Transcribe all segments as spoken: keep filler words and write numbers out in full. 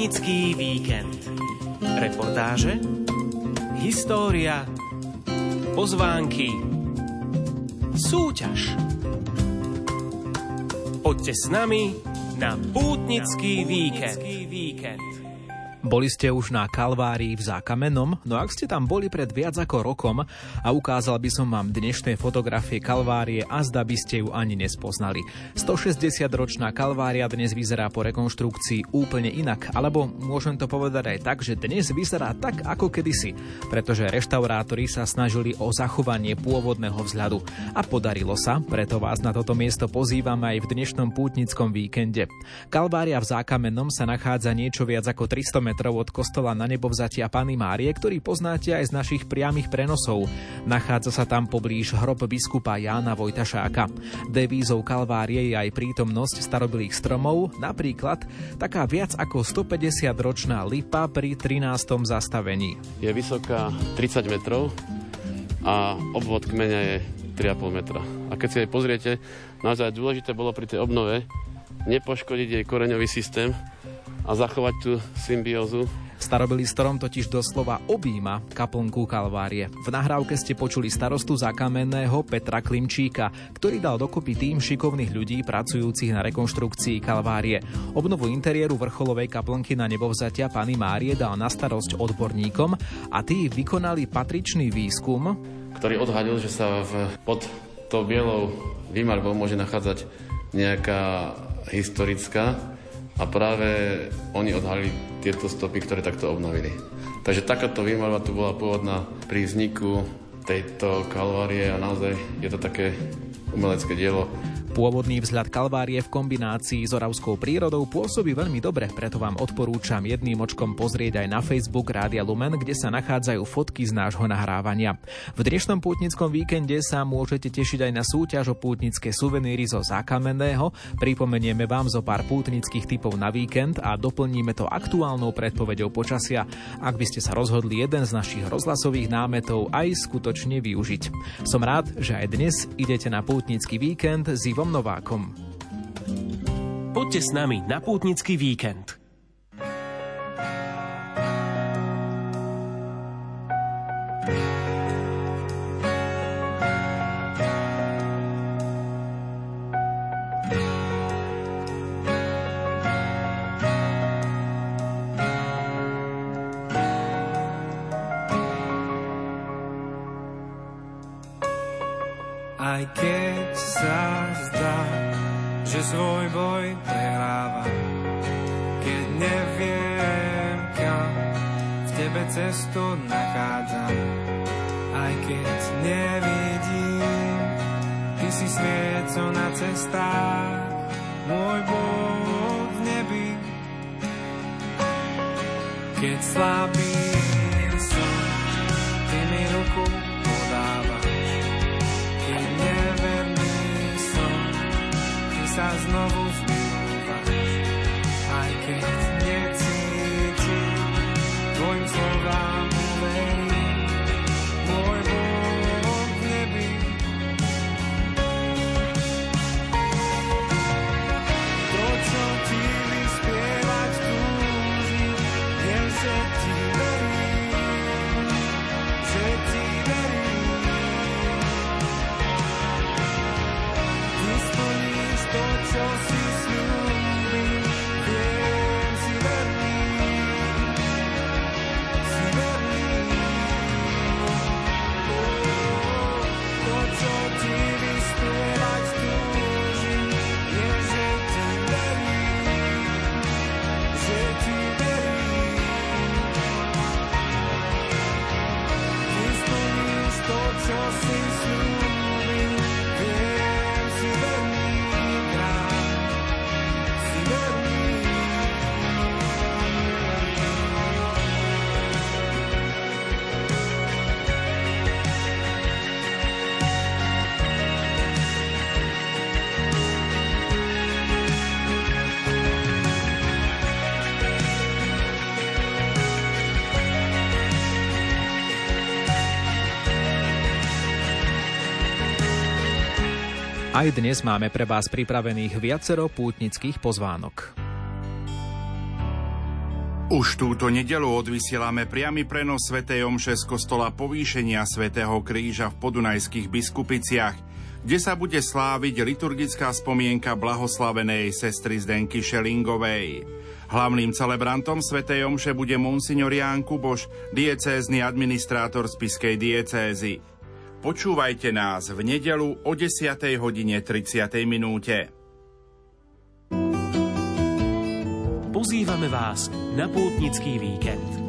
Pútnický víkend. Reportáže, história, pozvánky, súťaž. Poďte s nami na Pútnický víkend. Boli ste už na Kalvárii v Zákamennom? No ak ste tam boli pred viac ako rokom a ukázal by som vám dnešné fotografie Kalvárie, azda by ste ju ani nespoznali. stošesťdesiatročná Kalvária dnes vyzerá po rekonštrukcii úplne inak, alebo môžem to povedať aj tak, že dnes vyzerá tak ako kedysi, pretože reštaurátori sa snažili o zachovanie pôvodného vzhľadu. A podarilo sa, preto vás na toto miesto pozývam aj v dnešnom pútnickom víkende. Kalvária v Zákamennom sa nachádza niečo viac ako tristo metrov od kostola Na nebovzatia Panny Márie, ktorý poznáte aj z našich priamych prenosov. Nachádza sa tam poblíž hrob biskupa Jána Vojtašáka. Devízou Kalvárie je aj prítomnosť starobilých stromov, napríklad taká viac ako stopäťdesiatročná lipa pri trinástom zastavení. Je vysoká tridsať metrov a obvod kmeňa je tri a pol metra. A keď si aj pozriete, naozaj dôležité bolo pri tej obnove nepoškodiť jej koreňový systém a zachovať tú symbiózu. Starobilý strom totiž doslova objíma kaplnku Kalvárie. V nahrávke ste počuli starostu Zákamenného Petra Klimčíka, ktorý dal dokopy tým šikovných ľudí pracujúcich na rekonštrukcii Kalvárie. Obnovu interiéru vrcholovej kaplnky Na nebovzatia Panny Márie dal na starosť odborníkom a tí vykonali patričný výskum, ktorý odhalil, že sa v, pod tou bielou výmarbou môže nachádzať nejaká historická a práve oni odhalili tieto stopy, ktoré takto obnovili. Takže takáto výmarba tu bola pôvodná pri vzniku tejto Kalvárie a naozaj je to také umelecké dielo. Pôvodný vzhľad Kalvárie v kombinácii s oravskou prírodou pôsobí veľmi dobre, preto vám odporúčam jedným očkom pozrieť aj na Facebook Rádia Lumen, kde sa nachádzajú fotky z nášho nahrávania. V dnešnom pútnickom víkende sa môžete tešiť aj na súťaž o pútnické suveníry zo Zákamenného. Pripomenieme vám zo pár pútnických tipov na víkend a doplníme to aktuálnou predpoveďou počasia, ak by ste sa rozhodli jeden z našich rozhlasových námetov aj skutočne využiť. Som rád, že aj dnes idete na pútnický víkend s Ivom Novákom. Poďte s nami na Pútnický víkend. Aj keď sa zdá, že svoj boj prehrávam, keď neviem kam, v tebe cestu nachádzam. Aj keď nevidím, ty si sviecou na cestách, môj Boh v nebi. Keď slabý som, ty mi ruku podávaš. Keď neverný som, ty sa znovu zmývaš. Aj keď necítim, tvojim slovám uverím, môj Boh v nebi. To, čo ti vyspievať túžim, je, že ti verím, že ti verím. To, čo si slúbil, viem, si verný, si verný. To, čo ti vyspievať túžim, je, že ti verím, že ti verím. Ty splníš to, čo si slúbil, viem, si verný. Aj dnes máme pre vás pripravených viacero pútnických pozvánok. Už túto nedeľu odvysielame priamy prenos svätej omše z kostola Povýšenia svätého Kríža v Podunajských Biskupiciach, kde sa bude sláviť liturgická spomienka blahoslavenej sestry Zdenky Šelingovej. Hlavným celebrantom svätej omše bude monsignor Ján Kuboš, diecézny administrátor spišskej diecézy. Počúvajte nás v nedeľu o desiatej hodine tridsiatej minúte. Pozývame vás na pútnický víkend.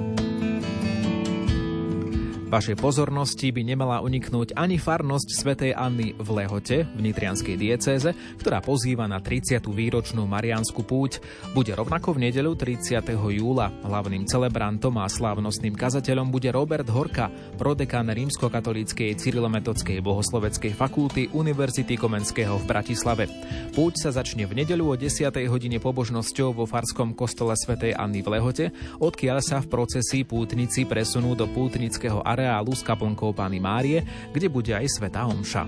Vašej pozornosti by nemala uniknúť ani farnosť svätej Anny v Lehote v nitrianskej diecéze, ktorá pozýva na tridsiatu výročnú mariánsku púť. Bude rovnako v nedeľu tridsiateho júla. Hlavným celebrantom a slávnostným kazateľom bude Robert Horka, prodekán rímskokatolíckej cyrilometodskej bohosloveckej fakulty Univerzity Komenského v Bratislave. Púť sa začne v nedeľu o desiatej hodine pobožnosťou vo farskom kostole svätej Anny v Lehote, odkiaľ sa v procesii pútnici presunú do pútnického areálu s kaplnkou Panny Márie, kde bude aj svätá omša.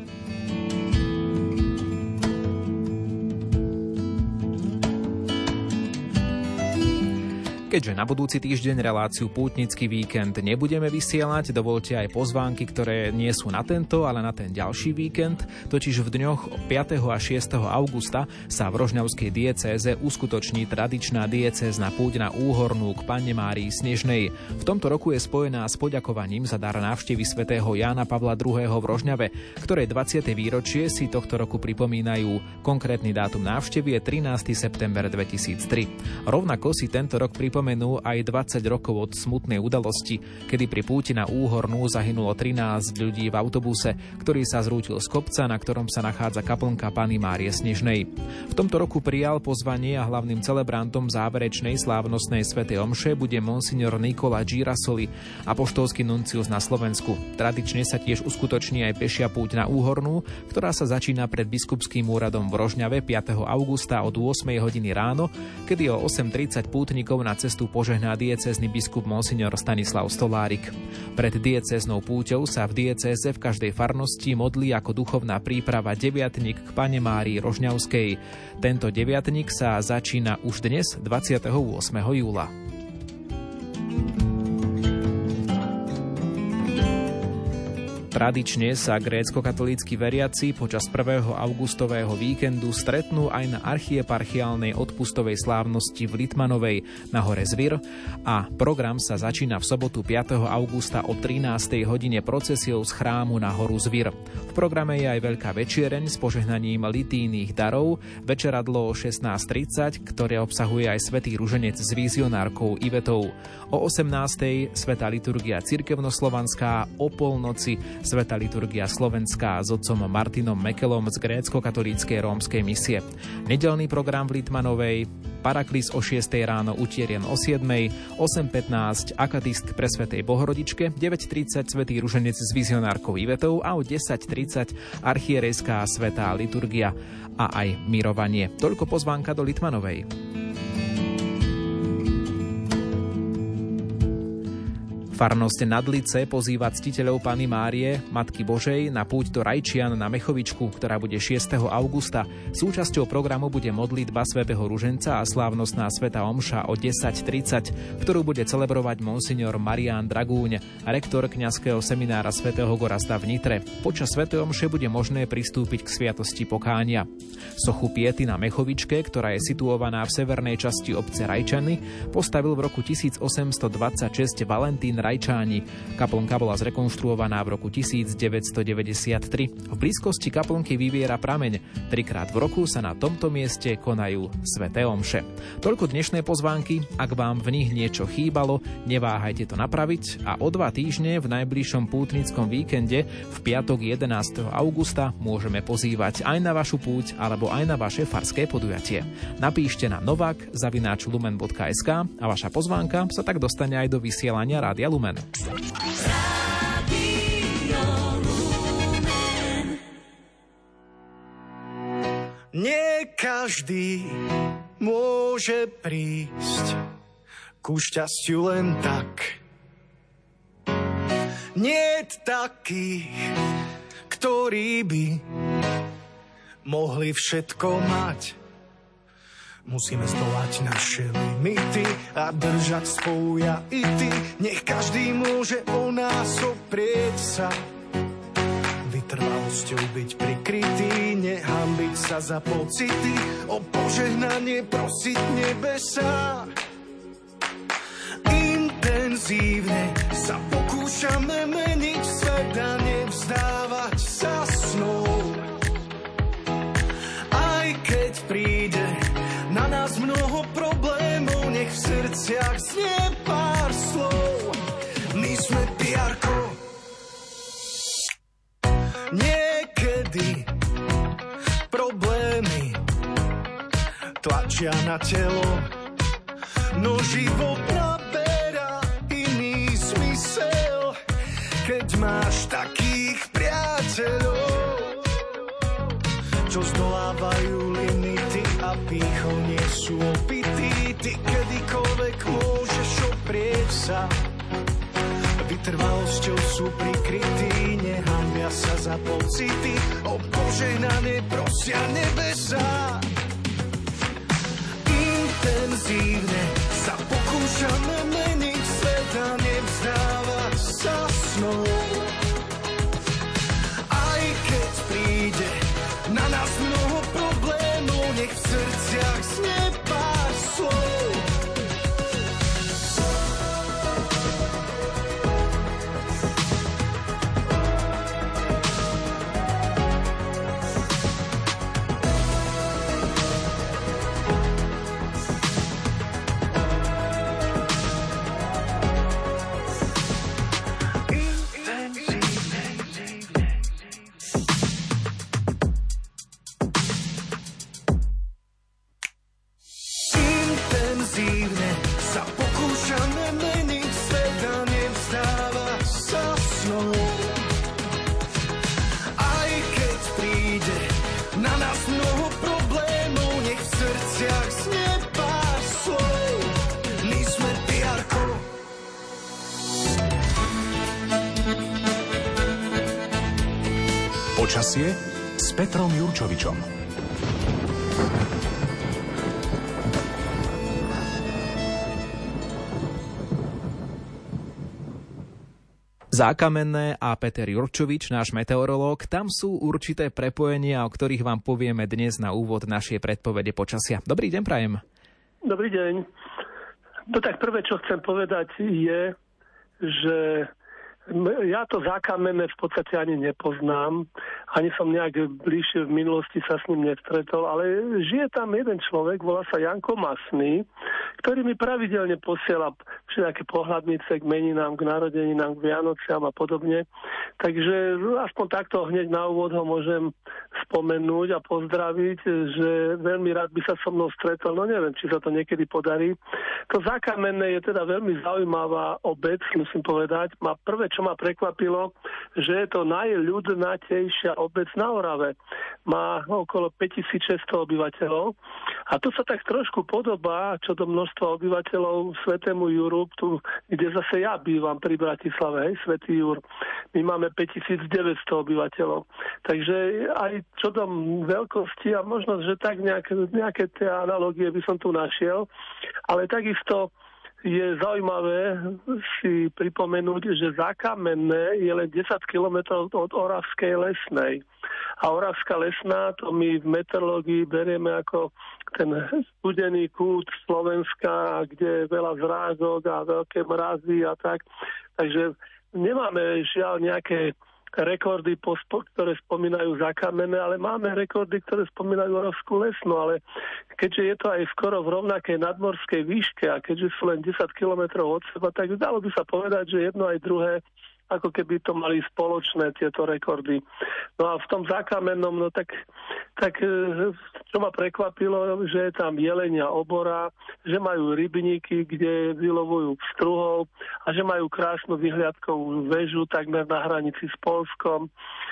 Keďže na budúci týždeň reláciu Pútnický víkend nebudeme vysielať, dovolte aj pozvánky, ktoré nie sú na tento, ale na ten ďalší víkend. Totiž v dňoch piateho a šiesteho augusta sa v rožňavskej diecéze uskutoční tradičná diecézna púť na Úhornú k Panne Márii Snežnej. V tomto roku je spojená s poďakovaním za dar návštevy svätého Jána Pavla druhého. v Rožňave, ktorej dvadsiate výročie si tohto roku pripomínajú. Konkrétny dátum návštevy je trinásteho september dvetisíctri. Rovnako si tento rok pripomínajú menú aj dvadsať rokov od smutnej udalosti, kedy pri púti na Úhornú zahynulo trinásť ľudí v autobuse, ktorý sa zrútil z kopca, na ktorom sa nachádza kaplnka Panny Márie Snežnej. V tomto roku prijal pozvanie a hlavným celebrantom záverečnej slávnostnej svätej omše bude monsignor Nikola Girasoli, apoštolský nuncius na Slovensku. Tradične sa tiež uskutoční aj pešia púť na Úhornú, ktorá sa začína pred biskupským úradom v Rožňave piateho augusta od ôsmej hodiny ráno, kedy o osem tridsať pútnikov na cestu tu požehná diecézny biskup monsignor Stanislav Stolárik. Pred diecéznou púťou sa v diecéze v každej farnosti modlí ako duchovná príprava deviatnik k Panne Márii Rožňavskej. Tento deviatnik sa začína už dnes, dvadsiateho ôsmeho júla. Tradične sa grécko-katolícki veriaci počas prvého augustového víkendu stretnú aj na archieparchiálnej odpustovej slávnosti v Litmanovej na hore Zvir a program sa začína v sobotu piateho augusta o trinástej hodine procesiou z chrámu na horu Zvir. V programe je aj veľká večiereň s požehnaním litijných darov, večeradlo o šestnásť tridsať, ktoré obsahuje aj svätý ruženec s vizionárkou Ivetou. O osemnástej svätá liturgia cirkevnoslovanská, o polnoci svätá liturgia slovenská s otcom Martinom Mekelom z grécko-katolíckej rómskej misie. Nedeľný program v Litmanovej, Paraklis o šiestej ráno, Utierien o siedmej, osem pätnásť akatist pre svätej Bohorodičke, deväť tridsať svätý ruženec s vizionárkou Ivetou a o desať tridsať archierejská svätá liturgia a aj mirovanie. Toľko pozvánka do Litmanovej. Farnosť Nadlice pozýva ctiteľov Panny Márie, Matky Božej, na púť do Rajčian na Mechovičku, ktorá bude šiesteho augusta. Súčasťou programu bude modlitba svätého Ruženca a slávnostná svätá omša o desať tridsať, ktorú bude celebrovať monsignor Marián Dragúň, rektor kňazského seminára svätého Gorasta v Nitre. Počas svätej omše bude možné pristúpiť k sviatosti pokánia. Sochu Piety na Mechovičke, ktorá je situovaná v severnej časti obce Rajčany, postavil v roku tisícosemstodvadsaťšesť Valentín Rajčáni. Kaplnka bola zrekonštruovaná v roku tisícdeväťstodeväťdesiattri. V blízkosti kaplnky vyviera prameň. Trikrát v roku sa na tomto mieste konajú sväté omše. Toľko dnešné pozvánky. Ak vám v nich niečo chýbalo, neváhajte to napraviť a o dva týždne v najbližšom pútnickom víkende v piatok jedenásteho augusta môžeme pozývať aj na vašu púť alebo aj na vaše farské podujatie. Napíšte na novak zavináč lumen bodka es ká a vaša pozvánka sa tak dostane aj do vysielania Rádia Lumen. Nie každý môže prísť ku šťastiu len tak. Niet takých, ktorí by mohli všetko mať. Musíme zdolať naše limity a držať spolu ja i ty. Nech každý môže o nás oprieť sa. Vytrvalosťou byť prikrytý, nehanbiť sa za pocity, o požehnanie prosiť nebesa. Intenzívne sa pokúšame meniť svet a nevzdávať sa snou. Aj keď príde na nás mnoho problémov, nech v srdciach znie pár slov. My sme piarko. Niekedy problémy tlačia na telo, no život naberá iný zmysel, keď máš takých priateľov, čo zdolávajú limity a pýchou nie sú opití. Ty kedykoľvek môžeš oprieť sa, vytrvalosťou sú prikrytí, nehanbia sa za pocity, o požehnanie prosia nebesa. Intenzívne sa pokúšame meniť svet a nevzdávať sa snou. Aj keď príde na nás mnoho problémov, nech v srdciach znie pár slov. Počasie s Petrom Jurčovičom. Zákamenné a Peter Jurčovič, náš meteorológ, tam sú určité prepojenia, o ktorých vám povieme dnes na úvod našej predpovede počasia. Dobrý deň, prajem. Dobrý deň. No tak prvé, čo chcem povedať, je, že ja to zákamenné v podstate ani nepoznám, ani som nejak bližšie v minulosti sa s ním nestretol, ale žije tam jeden človek, volá sa Janko Masný, ktorý mi pravidelne posiela všetké pohľadnice k meninám, k narodeninám, k Vianociam a podobne. Takže aspoň takto hneď na úvod ho môžem spomenúť a pozdraviť, že veľmi rád by sa so mnou stretol, no neviem, či sa to niekedy podarí. To zákamenné je teda veľmi zaujímavá obec, musím povedať. Má prvé, čo ma prekvapilo, že je to najľudnatejšia obec na Orave. Má okolo päťtisícšesťsto obyvateľov a to sa tak trošku podobá, čo do množstva obyvateľov Svätému Juru, tu, kde zase ja bývam pri Bratislave, hej, Svätý Jur. My máme päťtisícdeväťsto obyvateľov. Takže aj čo do veľkosti a možno, že tak nejaké, nejaké tie analogie by som tu našiel, ale takisto je zaujímavé si pripomenúť, že Zákamenné je len desať kilometrov od Oravskej Lesnej. A Oravská Lesná, to my v meteorológii berieme ako ten studený kút Slovenska, kde je veľa zrážok a veľké mrazy a tak. Takže nemáme žiaľ nejaké rekordy, ktoré spomínajú Zákamenné, ale máme rekordy, ktoré spomínajú Oravskú Lesnú, ale keďže je to aj skoro v rovnakej nadmorskej výške a keďže sú len desať kilometrov od seba, tak dalo by sa povedať, že jedno aj druhé ako keby to mali spoločné tieto rekordy. No a v tom Zákamennom, no tak, tak čo ma prekvapilo, že je tam jelenia obora, že majú rybníky, kde vylovujú pstruhov a že majú krásnu vyhliadkovú väžu takmer na hranici s Poľskom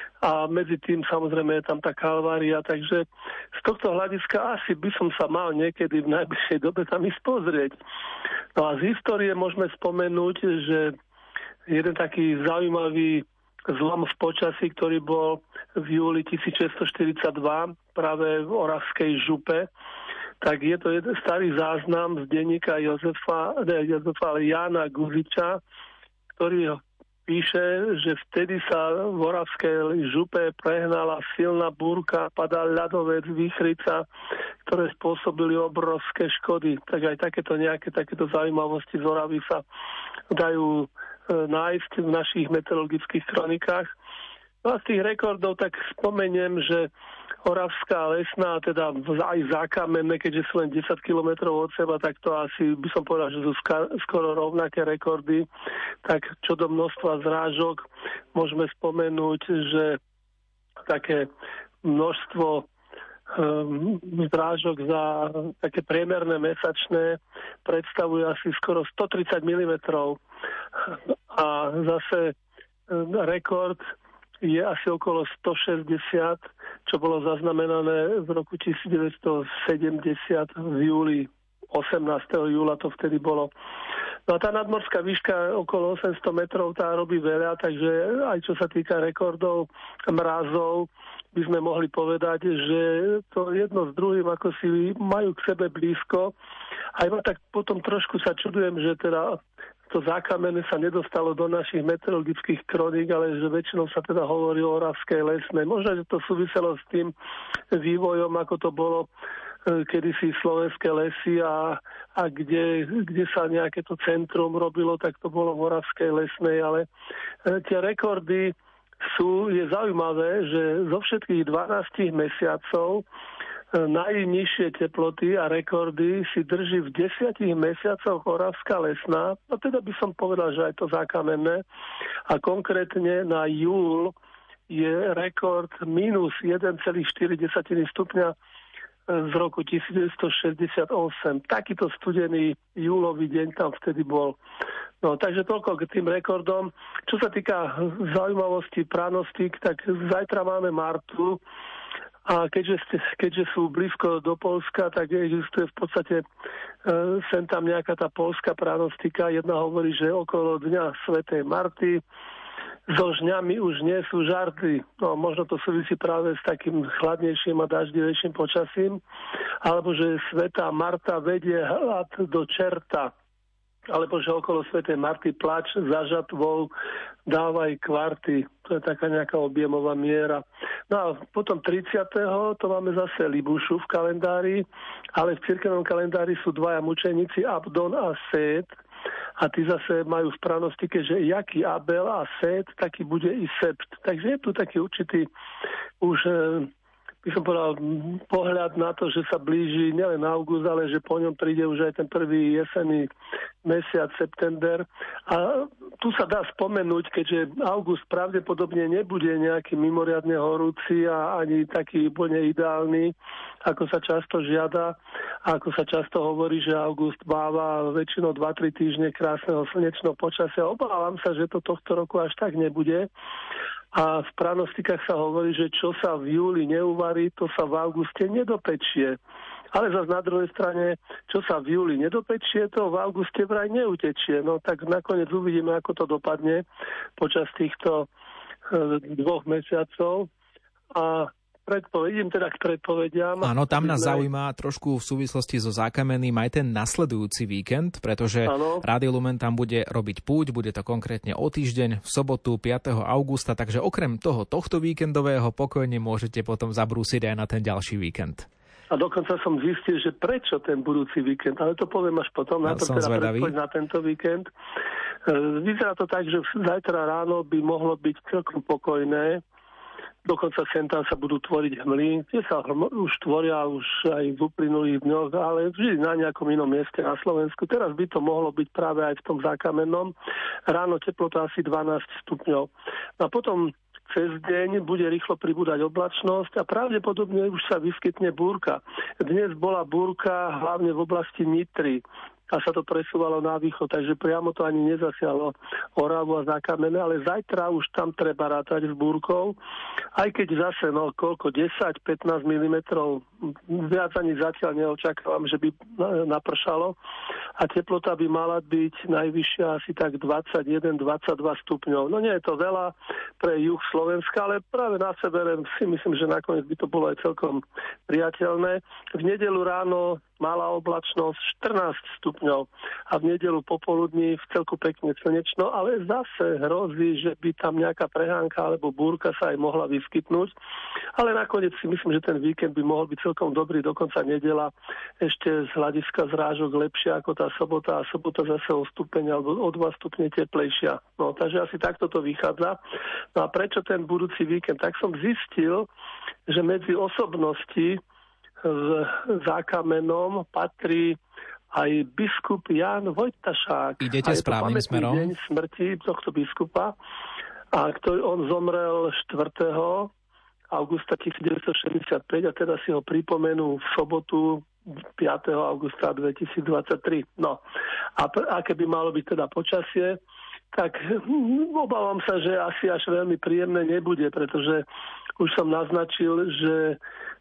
a medzi tým samozrejme je tam tá Kalvária, takže z tohto hľadiska asi by som sa mal niekedy v najbližšej dobe tam ísť pozrieť. No a z histórie môžeme spomenúť, že jeden taký zaujímavý zlom v počasí, ktorý bol v júli tisícšesťstoštyridsaťdva práve v Oravskej župe, tak je to jeden starý záznam z denníka Jozefa, ne, Jozefa ale Jána Guziča, ktorý píše, že vtedy sa v Oravskej župe prehnala silná búrka, padal ľadovec, výchrica, ktoré spôsobili obrovské škody. Tak aj takéto nejaké takéto zaujímavosti z Oravy sa dajú e, nájsť v našich meteorologických kronikách. No a z tých rekordov tak spomeniem, že Oravská lesná, teda aj Zákamenné, keďže sú len desať kilometrov od seba, tak to asi by som povedal, že sú ska- skoro rovnaké rekordy. Tak čo do množstva zrážok, môžeme spomenúť, že také množstvo um, zrážok za také priemerné mesačné predstavuje asi skoro stotridsať milimetrov. A zase um, rekord je asi okolo stošesťdesiat, čo bolo zaznamenané v roku devätnásťsedemdesiat v júli, osemnásteho júla to vtedy bolo. No a tá nadmorská výška okolo osemsto metrov, tá robí veľa, takže aj čo sa týka rekordov mrazov, by sme mohli povedať, že to jedno s druhým ako si majú k sebe blízko. A iba tak potom trošku sa čudujem, že teda to Zákamenné sa nedostalo do našich meteorologických kroník, ale že väčšinou sa teda hovorí o Oravskej lesnej. Možno, že to súviselo s tým vývojom, ako to bolo kedysi slovenské lesy a, a kde, kde sa nejaké to centrum robilo, tak to bolo v Oravskej lesnej, ale tie rekordy sú, je zaujímavé, že zo všetkých dvanásť mesiacov najnižšie teploty a rekordy si drží v desiatich mesiacoch Oravská lesná, no teda by som povedal, že aj to Zákamenné, a konkrétne na júl je rekord minus jeden celá štyri stupňa z roku devätnásťšesťdesiatosem. Takýto studený júlový deň tam vtedy bol. No, takže toľko k tým rekordom. Čo sa týka zaujímavosti pranostík, tak zajtra máme Martu, a keďže, ste, keďže sú blízko do Poľska, tak existuje v podstate e, sem tam nejaká tá poľská pranostika. Jedna hovorí, že okolo dňa svätej Marty so žňami už nie sú žarty. No, možno to súvisí práve s takým chladnejším a daždivejším počasím. Alebo že svätá Marta vedie hlad do čerta. Alebo že okolo svätej Marty plač za žatvou dávaj kvarty. To je taká nejaká objemová miera. No a potom tridsiateho to máme zase Libušu v kalendári, ale v cirkevnom kalendári sú dvaja mučeníci, Abdon a Sét. A tí zase majú v pranostike, že jaký Abel a Sét, taký bude i Sept. Takže je tu taký určitý už, by som povedal, pohľad na to, že sa blíži nielen august, ale že po ňom príde už aj ten prvý jesenný mesiac, september. A tu sa dá spomenúť, keďže august pravdepodobne nebude nejaký mimoriadne horúci a ani taký úplne ideálny, ako sa často žiada, ako sa často hovorí, že august máva väčšinou dva tri týždne krásneho slnečného počasia. Obávam sa, že to tohto roku až tak nebude. A v pranostikách sa hovorí, že čo sa v júli neuvarí, to sa v auguste nedopečie. Ale zase na druhej strane, čo sa v júli nedopečie, to v auguste vraj neutečie. No tak nakoniec uvidíme, ako to dopadne počas týchto e, dvoch mesiacov. A predpovedím teda k predpovediam. Áno, tam nás zaujíma trošku v súvislosti so Zákamenným aj ten nasledujúci víkend, pretože ano. Rádio Lumen tam bude robiť púť, bude to konkrétne o týždeň v sobotu piateho augusta, takže okrem toho tohto víkendového pokojne môžete potom zabrúsiť aj na ten ďalší víkend. A dokonca som zistil, že prečo ten budúci víkend, ale to poviem až potom, na to teda predpoveď na tento víkend. Vyzerá to tak, že zajtra ráno by mohlo byť celkom pokojné. Dokonca sem tam sa budú tvoriť hmly, tie sa už tvoria už aj v uplynulých dňoch, ale vždy na nejakom inom mieste na Slovensku. Teraz by to mohlo byť práve aj v tom Zákamennom. Ráno teplota asi dvanásť stupňov. A potom cez deň bude rýchlo pribúdať oblačnosť a pravdepodobne už sa vyskytne búrka. Dnes bola búrka hlavne v oblasti Nitry a sa to presúvalo na východ, takže priamo to ani nezasiahlo Oravu a Zákamenné, ale zajtra už tam treba rátať s búrkou, aj keď zase, no koľko, desať až pätnásť milimetrov, viac ani zatiaľ neočakávam, že by napršalo, a teplota by mala byť najvyššia asi tak dvadsaťjeden dvadsaťdva stupňov. No nie je to veľa pre juh Slovenska, ale práve na severe si myslím, že nakoniec by to bolo aj celkom priateľné. V nedeľu ráno malá oblačnosť štrnásť stupňov a v nedeľu popoludní v celku pekne slnečno, ale zase hrozí, že by tam nejaká prehánka alebo búrka sa aj mohla vyskytnúť. Ale nakoniec si myslím, že ten víkend by mohol byť celkom dobrý, dokonca nedeľa ešte z hľadiska zrážok lepšia ako tá sobota a sobota zase o stupeň alebo o dva stupne teplejšia. No, takže asi takto to vychádza. No a prečo ten budúci víkend? Tak som zistil, že medzi osobnosti s Zákamenom patrí aj biskup Ján Vojtašák. Idete správnym smerom. Deň smrti tohto biskupa, a ktorý on zomrel štvrtého augusta devätnásťstošesťdesiatpäť a teda si ho pripomenú v sobotu piateho augusta dvetisícdvadsaťtri. No a pr- aké by malo byť teda počasie, tak obávam sa, že asi až veľmi príjemné nebude, pretože už som naznačil, že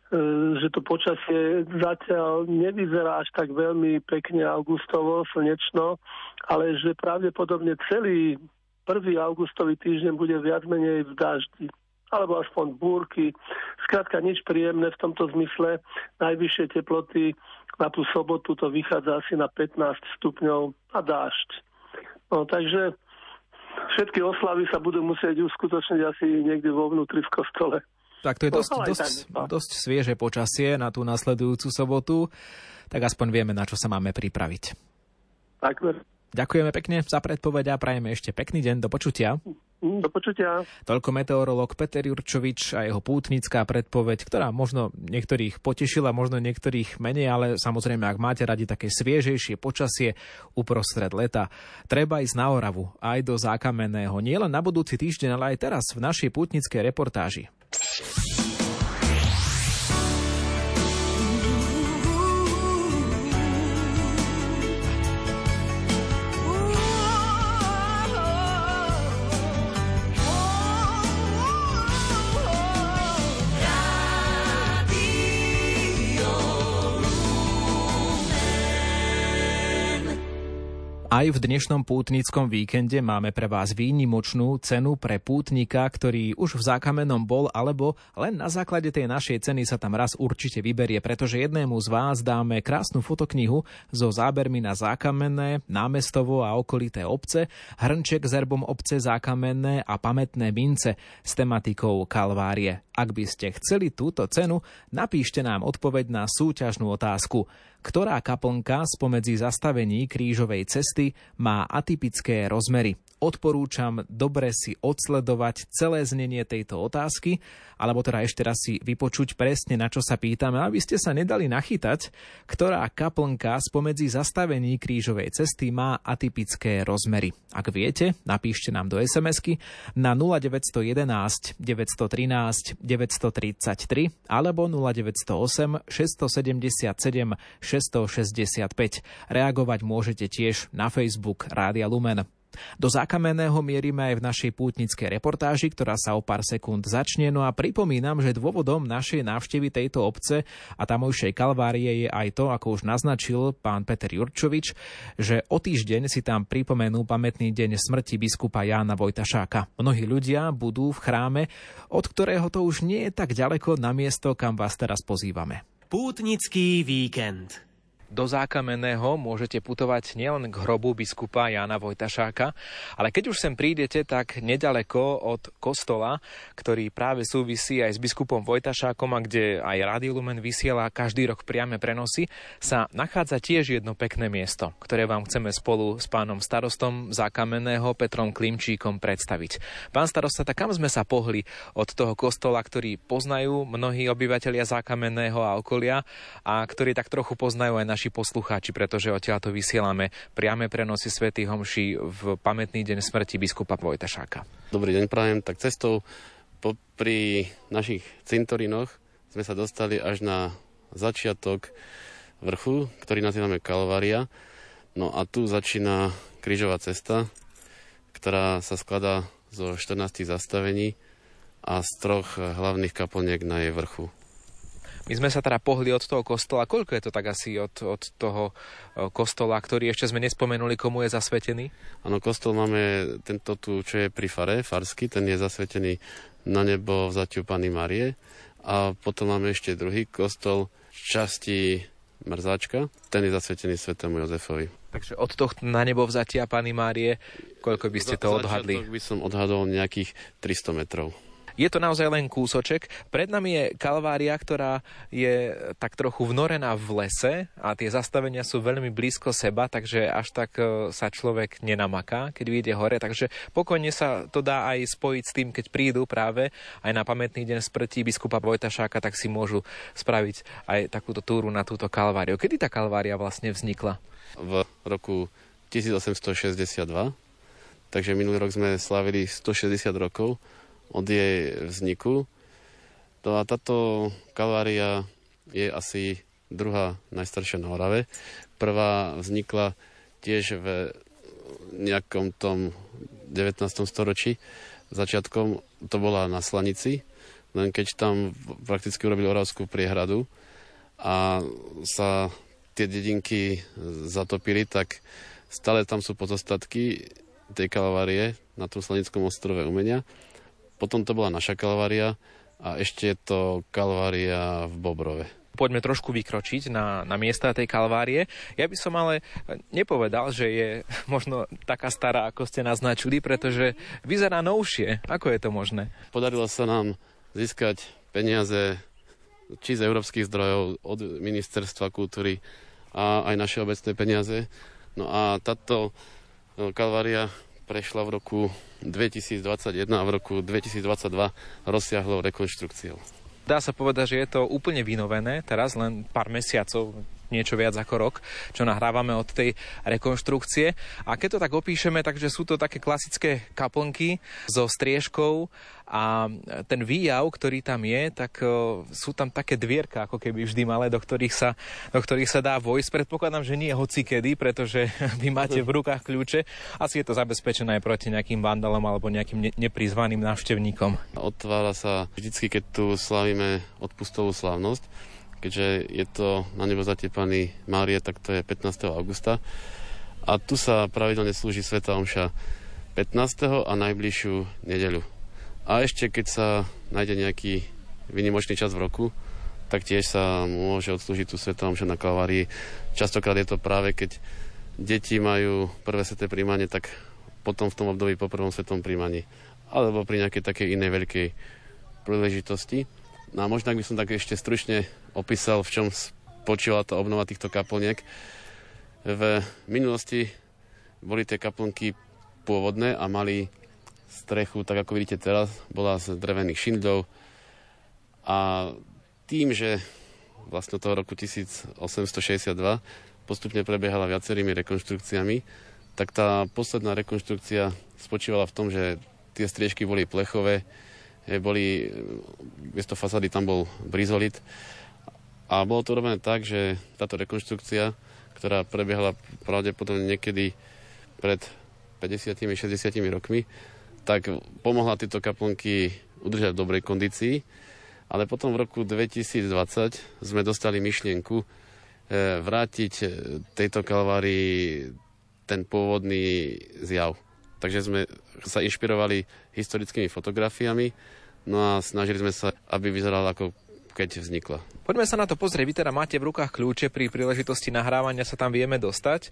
že to počasie zatiaľ nevyzerá až tak veľmi pekne augustovo, slnečno, ale že pravdepodobne celý prvý augustový týždeň bude viac menej v daždi, alebo aspoň búrky. Skrátka nič príjemné v tomto zmysle. Najvyššie teploty na tú sobotu to vychádza asi na pätnásť stupňov a dážď. No, takže všetky oslavy sa budú musieť uskutočniť asi niekde vo vnútri v kostole. Tak to je dosť, no, dosť, dosť svieže počasie na tú nasledujúcu sobotu, tak aspoň vieme, na čo sa máme pripraviť. Takmer. Ďakujeme pekne za predpoveď a prajeme ešte pekný deň. Do počutia. Do počutia. Toľko meteorológ Peter Jurčovič a jeho pútnická predpoveď, ktorá možno niektorých potešila, možno niektorých menej, ale samozrejme, ak máte radi také sviežejšie počasie uprostred leta, treba ísť na Oravu, aj do Zákamenného. Nie len na budúci týždeň, ale aj teraz v našej pútnickej reportáži. Aj v dnešnom pútnickom víkende máme pre vás výnimočnú cenu pre pútnika, ktorý už v Zákamennom bol, alebo len na základe tej našej ceny sa tam raz určite vyberie, pretože jednému z vás dáme krásnu fotoknihu so zábermi na Zákamenné, Námestovo a okolité obce, hrnček s erbom obce Zákamenné a pamätné mince s tematikou Kalvárie. Ak by ste chceli túto cenu, napíšte nám odpoveď na súťažnú otázku. Ktorá kaplnka spomedzi zastavení krížovej cesty má atypické rozmery? Odporúčam dobre si odsledovať celé znenie tejto otázky, alebo teda ešte raz si vypočuť presne, na čo sa pýtame, aby ste sa nedali nachytať, ktorá kaplnka spomedzi zastavení krížovej cesty má atypické rozmery. Ak viete, napíšte nám do es em esky na nula deväť jeden jedna, deväť jedna tri, deväť tri tri alebo nula deväť nula osem, šesť sedem sedem, šesť šesť päť. Reagovať môžete tiež na Facebook Rádia Lumen. Do Zákamenného mierime aj v našej pútnickej reportáži, ktorá sa o pár sekúnd začne. No a pripomínam, že dôvodom našej návštevy tejto obce a tamojšej Kalvárie je aj to, ako už naznačil pán Peter Jurčovič, že o týždeň si tam pripomenú pamätný deň smrti biskupa Jána Vojtašáka. Mnohí ľudia budú v chráme, od ktorého to už nie je tak ďaleko na miesto, kam vás teraz pozývame. Pútnický víkend. Do Zákamenného môžete putovať nielen k hrobu biskupa Jána Vojtašáka, ale keď už sem prídete, tak nedaleko od kostola, ktorý práve súvisí aj s biskupom Vojtašákom a kde aj Rádio Lumen vysiela každý rok priame prenosy, sa nachádza tiež jedno pekné miesto, ktoré vám chceme spolu s pánom starostom Zákamenného Petrom Klimčíkom predstaviť. Pán starosta, tak kam sme sa pohli od toho kostola, ktorý poznajú mnohí obyvatelia Zákamenného a okolia a ktorý tak trochu poznajú aj naši poslucháči, pretože odtiaľto vysielame priame prenosy svätých homší v pamätný deň smrti biskupa Vojtašáka. Dobrý deň prajem. Tak cestou popri našich cintorinoch sme sa dostali až na začiatok vrchu, ktorý nazývame Kalvária. No a tu začína krížová cesta, ktorá sa skladá zo štrnástich zastavení a z troch hlavných kaplniek na jej vrchu. My sme sa teda pohli od toho kostola. Koľko je to tak asi od, od toho kostola, ktorý ešte sme nespomenuli, komu je zasvetený? Áno, kostol máme tento tu, čo je pri fare, farský, ten je zasvetený na nebo vzatiu Panny Márie. A potom máme ešte druhý kostol v časti Mrzáčka, ten je zasvetený svätému Jozefovi. Takže od tohto na nebo vzatia Panny Márie, koľko by ste to odhadli? Začiatok by som odhadol nejakých tristo metrov. Je to naozaj len kúsoček. Pred nami je Kalvária, ktorá je tak trochu vnorená v lese a tie zastavenia sú veľmi blízko seba, takže až tak sa človek nenamaká, keď vyjde hore. Takže pokojne sa to dá aj spojiť s tým, keď prídu práve aj na pamätný deň smrti biskupa Vojtašáka, tak si môžu spraviť aj takúto túru na túto Kalváriu. Kedy tá Kalvária vlastne vznikla? V roku tisícosemstošesťdesiatdva, takže minulý rok sme slávili stošesťdesiat rokov od jej vzniku. No a táto Kalvária je asi druhá najstaršia na Orave. Prvá vznikla tiež v nejakom tom devätnástom storočí. Začiatkom to bola na Slanici, len keď tam prakticky urobili Oravskú priehradu a sa tie dedinky zatopili, tak stále tam sú pozostatky tej Kalvárie na tom Slanickom ostrove umenia. Potom to bola naša Kalvária a ešte je to Kalvária v Bobrove. Poďme trošku vykročiť na, na miesta tej Kalvárie. Ja by som ale nepovedal, že je možno taká stará, ako ste naznačili, pretože vyzerá novšie. Ako je to možné? Podarilo sa nám získať peniaze či z európskych zdrojov, od Ministerstva kultúry a aj naše obecné peniaze. No a táto Kalvária prešla v roku dvetisícdvadsaťjeden a v roku dvetisícdvadsaťdva rozsiahlou rekonštrukciou. Dá sa povedať, že je to úplne vynovené, teraz len pár mesiacov, niečo viac ako rok, čo nahrávame od tej rekonštrukcie. A keď to tak opíšeme, takže sú to také klasické kaplnky so striežkou a ten výjav, ktorý tam je, tak uh, sú tam také dvierka, ako keby vždy malé, do ktorých sa, do ktorých sa dá vojsť. Predpokladám, že nie hocikedy, pretože vy máte v rukách kľúče. Asi je to zabezpečené aj proti nejakým vandalom alebo nejakým ne- neprizvaným návštevníkom. Otvára sa vždycky, keď tu slavíme odpustovú slávnosť, keďže je to na nebovzatie Panny Márie, tak to je pätnásteho augusta. A tu sa pravidelne slúži svätá omša pätnásteho a najbližšiu nedeľu. A ešte keď sa nájde nejaký výnimočný čas v roku, tak tiež sa môže odslúžiť tú svätá omša na Kalvárii. Častokrát je to práve, keď deti majú prvé sväté príjmanie, tak potom v tom období po prvom svätom príjmaní. Alebo pri nejakej takej inej veľkej príležitosti. No a možno, ak by som tak ešte stručne opísal, v čom spočívala tá obnova týchto kaplniek. V minulosti boli tie kaplnky pôvodné a mali strechu, tak ako vidíte teraz, bola z drevených šindľov. A tým, že vlastne toho roku tisícosemstošesťdesiatdva postupne prebiehala viacerými rekonštrukciami, tak tá posledná rekonštrukcia spočívala v tom, že tie striežky boli plechové, boli, miesto fasády tam bol brizolit a bolo to robené tak, že táto rekonštrukcia, ktorá prebiehala pravdepodobne niekedy pred päťdesiatimi šesťdesiatimi rokmi, tak pomohla tieto kaplnky udržať v dobrej kondícii, ale potom v roku dvetisícdvadsať sme dostali myšlienku vrátiť tejto Kalvárii ten pôvodný zjav. Takže sme sa inšpirovali historickými fotografiami, no a snažili sme sa, aby vyzerala ako keď vznikla. Poďme sa na to pozrieť. Vy teda máte v rukách kľúče, pri príležitosti nahrávania sa tam vieme dostať.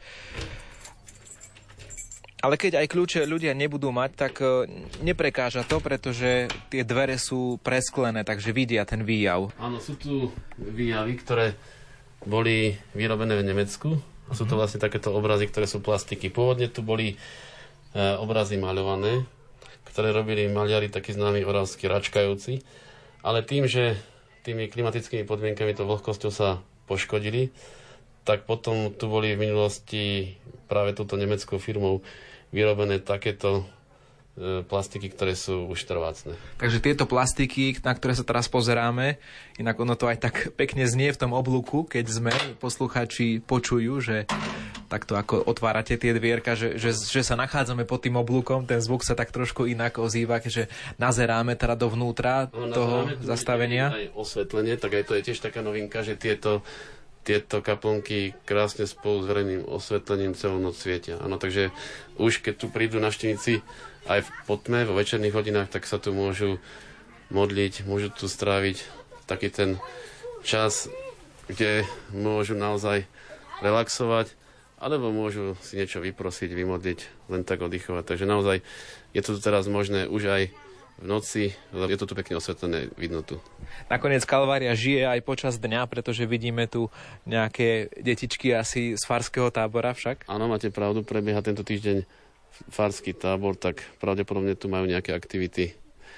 Ale keď aj kľúče ľudia nebudú mať, tak neprekáža to, pretože tie dvere sú presklené, takže vidia ten výjav. Áno, sú tu výjavy, ktoré boli vyrobené v Nemecku. A sú to vlastne takéto obrazy, ktoré sú plastiky. Pôvodne tu boli obrazy maľované, ktoré robili maliari takí známi oravskí Račkajovci, ale tým, že tými klimatickými podmienkami to vlhkosťou sa poškodili, tak potom tu boli v minulosti práve túto nemeckou firmou vyrobené takéto e, plastiky, ktoré sú už trvácne. Takže tieto plastiky, na ktoré sa teraz pozeráme, inak ono to aj tak pekne znie v tom oblúku, keď sme poslucháči počujú, že takto ako otvárate tie dvierka, že, že, že sa nachádzame pod tým oblúkom, ten zvuk sa tak trošku inak ozýva, že nazeráme teda dovnútra no, toho zastavenia. Aj osvetlenie, tak aj to je tiež taká novinka, že tieto, tieto kaplnky krásne spolu s verejným osvetlením celú noc svietia. Áno, takže už keď tu prídu návštevníci aj v potme, vo večerných hodinách, tak sa tu môžu modliť, môžu tu stráviť taký ten čas, kde môžu naozaj relaxovať, alebo môžu si niečo vyprosiť, vymodliť, len tak oddychovať. Takže naozaj je to teraz možné už aj v noci, je to tu pekne osvetlené, vidno tu. Nakoniec Kalvária žije aj počas dňa, pretože vidíme tu nejaké detičky asi z farského tábora však. Áno, máte pravdu, prebieha tento týždeň farský tábor, tak pravdepodobne tu majú nejaké aktivity.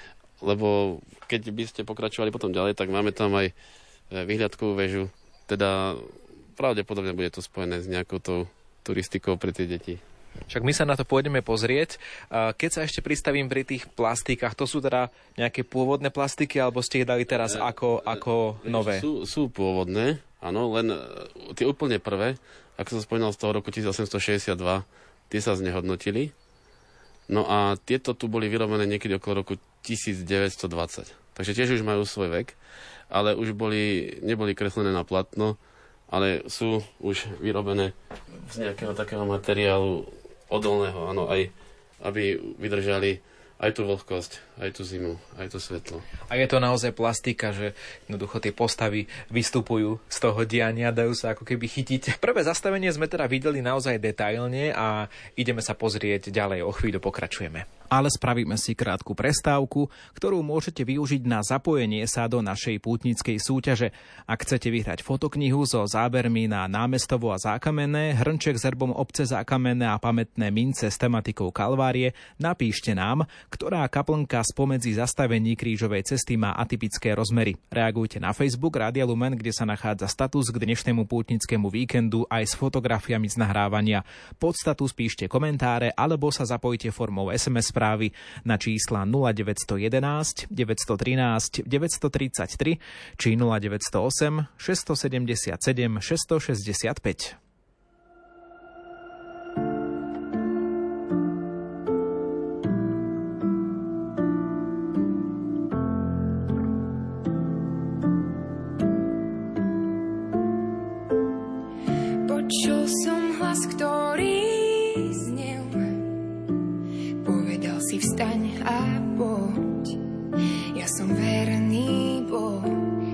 Lebo keď by ste pokračovali potom ďalej, tak máme tam aj vyhliadkovú väžu. Teda pravdepodobne bude to spojené s nejakou tou turistikou pre tie deti. Však my sa na to pôjdeme pozrieť. Keď sa ešte pristavím pri tých plastikách, to sú teda nejaké pôvodné plastiky, alebo ste ich dali teraz ako, ako nové? Sú, sú pôvodné, áno, len tie úplne prvé, ako som spomínal z toho roku osemnásťstošesťdesiatdva, tie sa znehodnotili. No a tieto tu boli vyrobené niekedy okolo roku devätnásťstodvadsať. Takže tiež už majú svoj vek, ale už boli, neboli kreslené na platno, ale sú už vyrobené z nejakého takého materiálu odolného, áno, aj aby vydržali aj tú vlhkosť, aj tú zimu, aj to svetlo. A je to naozaj plastika, že jednoducho tie postavy vystupujú z toho diania, dajú sa ako keby chytiť. Prvé zastavenie sme teda videli naozaj detailne a ideme sa pozrieť ďalej, o chvíľu pokračujeme. Ale spravíme si krátku prestávku, ktorú môžete využiť na zapojenie sa do našej pútnickej súťaže. Ak chcete vyhrať fotoknihu so zábermi na Námestovo a Zákamenné, hrnček s erbom obce Zákamenné a pamätné mince s tematikou Kalvárie, napíšte nám, ktorá kaplnka spomedzi zastavení krížovej cesty má atypické rozmery. Reagujte na Facebook Rádia Lumen, kde sa nachádza status k dnešnému pútnickému víkendu aj s fotografiami z nahrávania. Pod status píšte komentáre alebo sa zapojte formou es em es správy na čísla nula deväť jedna jedna, deväť jedna tri, deväť tri tri či nula deväť nula osem, šesť sedem sedem, šesť šesť päť. Počul som hlas, ktorý znel, povedal si vstaň a poď, ja som verný Boh,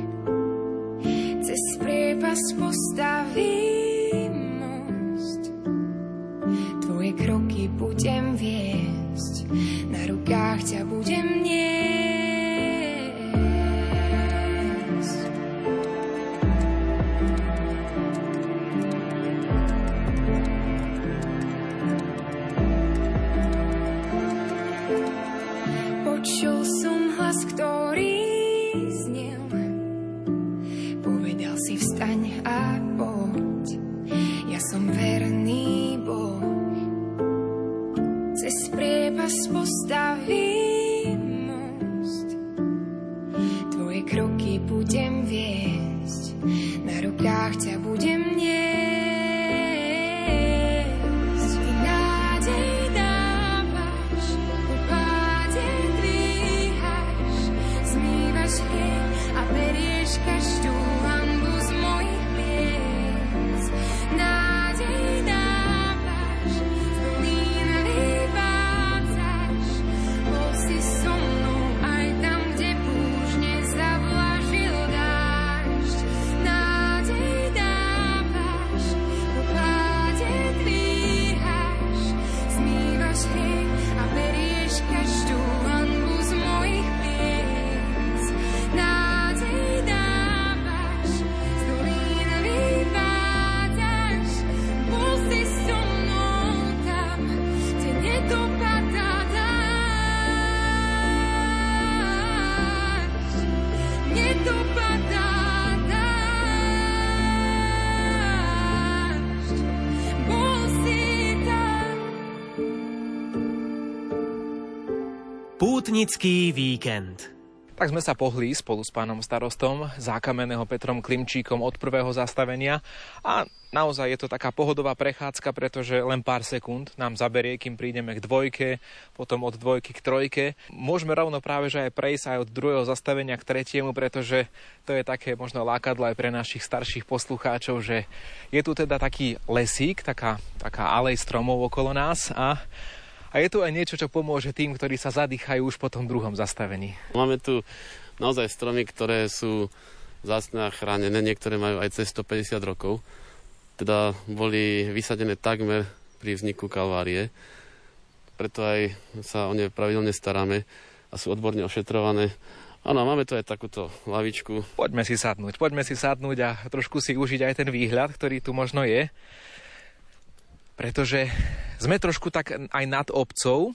cez priepas postavím most, tvoje kroky budem viesť, na rukách ťa budem niesť. Počul som hlas, ktorý znel, povedal si vstaň a poď, ja som verný Boh, cez priepas postavím most, tvoje kroky budem viesť, na rukách ťa budem niesť. Ty nádej dávaš, po páde dvíhaš, zmývaš hriech a berieš každú hanbu z mojich pliec. Nádej dávaš, z dolín vyvádzaš, bol si so mnou aj tam, kde búžne zavlažil dážď. Nádej dávaš, po páde dvíhaš, zmývaš hriech a berieš každú hanbu z mojich pliec. Nádej dávaš, z dolín vyvádzaš, bol si so mnou tam, kde nedopadá dážď. Nedopadá dážď, bol si tam. Pútnický víkend. Tak sme sa pohli spolu s pánom starostom Zákamenného Petrom Klimčíkom od prvého zastavenia a naozaj je to taká pohodová prechádzka, pretože len pár sekúnd nám zaberie, kým prídeme k dvojke, potom od dvojky k trojke. Môžeme rovno práve že aj prejsť aj od druhého zastavenia k tretiemu, pretože to je také možno lákadlo aj pre našich starších poslucháčov, že je tu teda taký lesík, taká, taká alej stromov okolo nás a A je tu aj niečo, čo pomôže tým, ktorí sa zadýchajú už po tom druhom zastavení. Máme tu naozaj stromy, ktoré sú vzácne a chránené. Niektoré majú aj cez stopäťdesiat rokov. Teda boli vysadené takmer pri vzniku Kalvárie. Preto aj sa o ne pravidelne staráme a sú odborne ošetrované. Áno, máme tu aj takúto lavičku. Poďme si sadnúť, poďme si sadnúť a trošku si užiť aj ten výhľad, ktorý tu možno je. Pretože sme trošku tak aj nad obcov.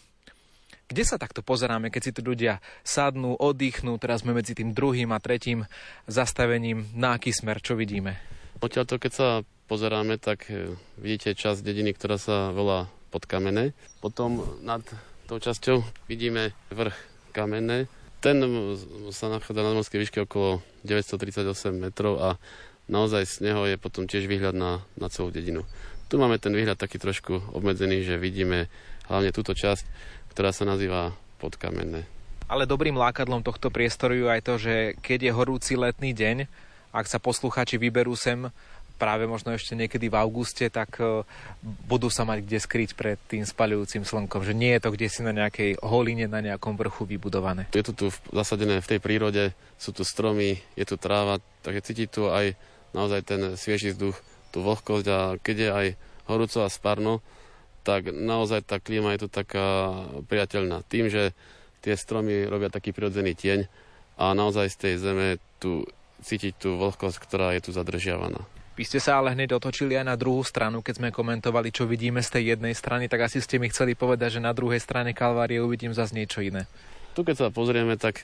Kde sa takto pozeráme, keď si tu ľudia sadnú, oddychnú, teraz sme medzi tým druhým a tretím zastavením, na aký smer, čo vidíme? Odtiaľto, keď sa pozeráme, tak vidíte časť dediny, ktorá sa volá Podkamenné. Potom nad tou časťou vidíme vrch Kamenné. Ten sa nachádza na nadmorskej výške okolo deväťstotridsaťosem metrov a naozaj z neho je potom tiež výhľad na, na celú dedinu. Tu máme ten výhľad taký trošku obmedzený, že vidíme hlavne túto časť, ktorá sa nazýva Podkamenné. Ale dobrým lákadlom tohto priestoru je aj to, že keď je horúci letný deň, ak sa poslucháči vyberú sem práve možno ešte niekedy v auguste, tak budú sa mať kde skryť pred tým spaľujúcim slnkom. Že nie je to kdesi na nejakej holine, na nejakom vrchu vybudované. Je to tu zasadené v tej prírode, sú tu stromy, je tu tráva, takže cíti tu aj naozaj ten svieži vzduch, tú vlhkosť a keď je aj horúco a spárno, tak naozaj tá klíma je tu taká priateľná. Tým, že tie stromy robia taký prirodzený tieň a naozaj z tej zeme tu cítiť tú vlhkosť, ktorá je tu zadržiavaná. Vy ste sa ale hneď otočili aj na druhú stranu, keď sme komentovali, čo vidíme z tej jednej strany, tak asi ste mi chceli povedať, že na druhej strane Kalvárie uvidím zase niečo iné. Tu keď sa pozrieme, tak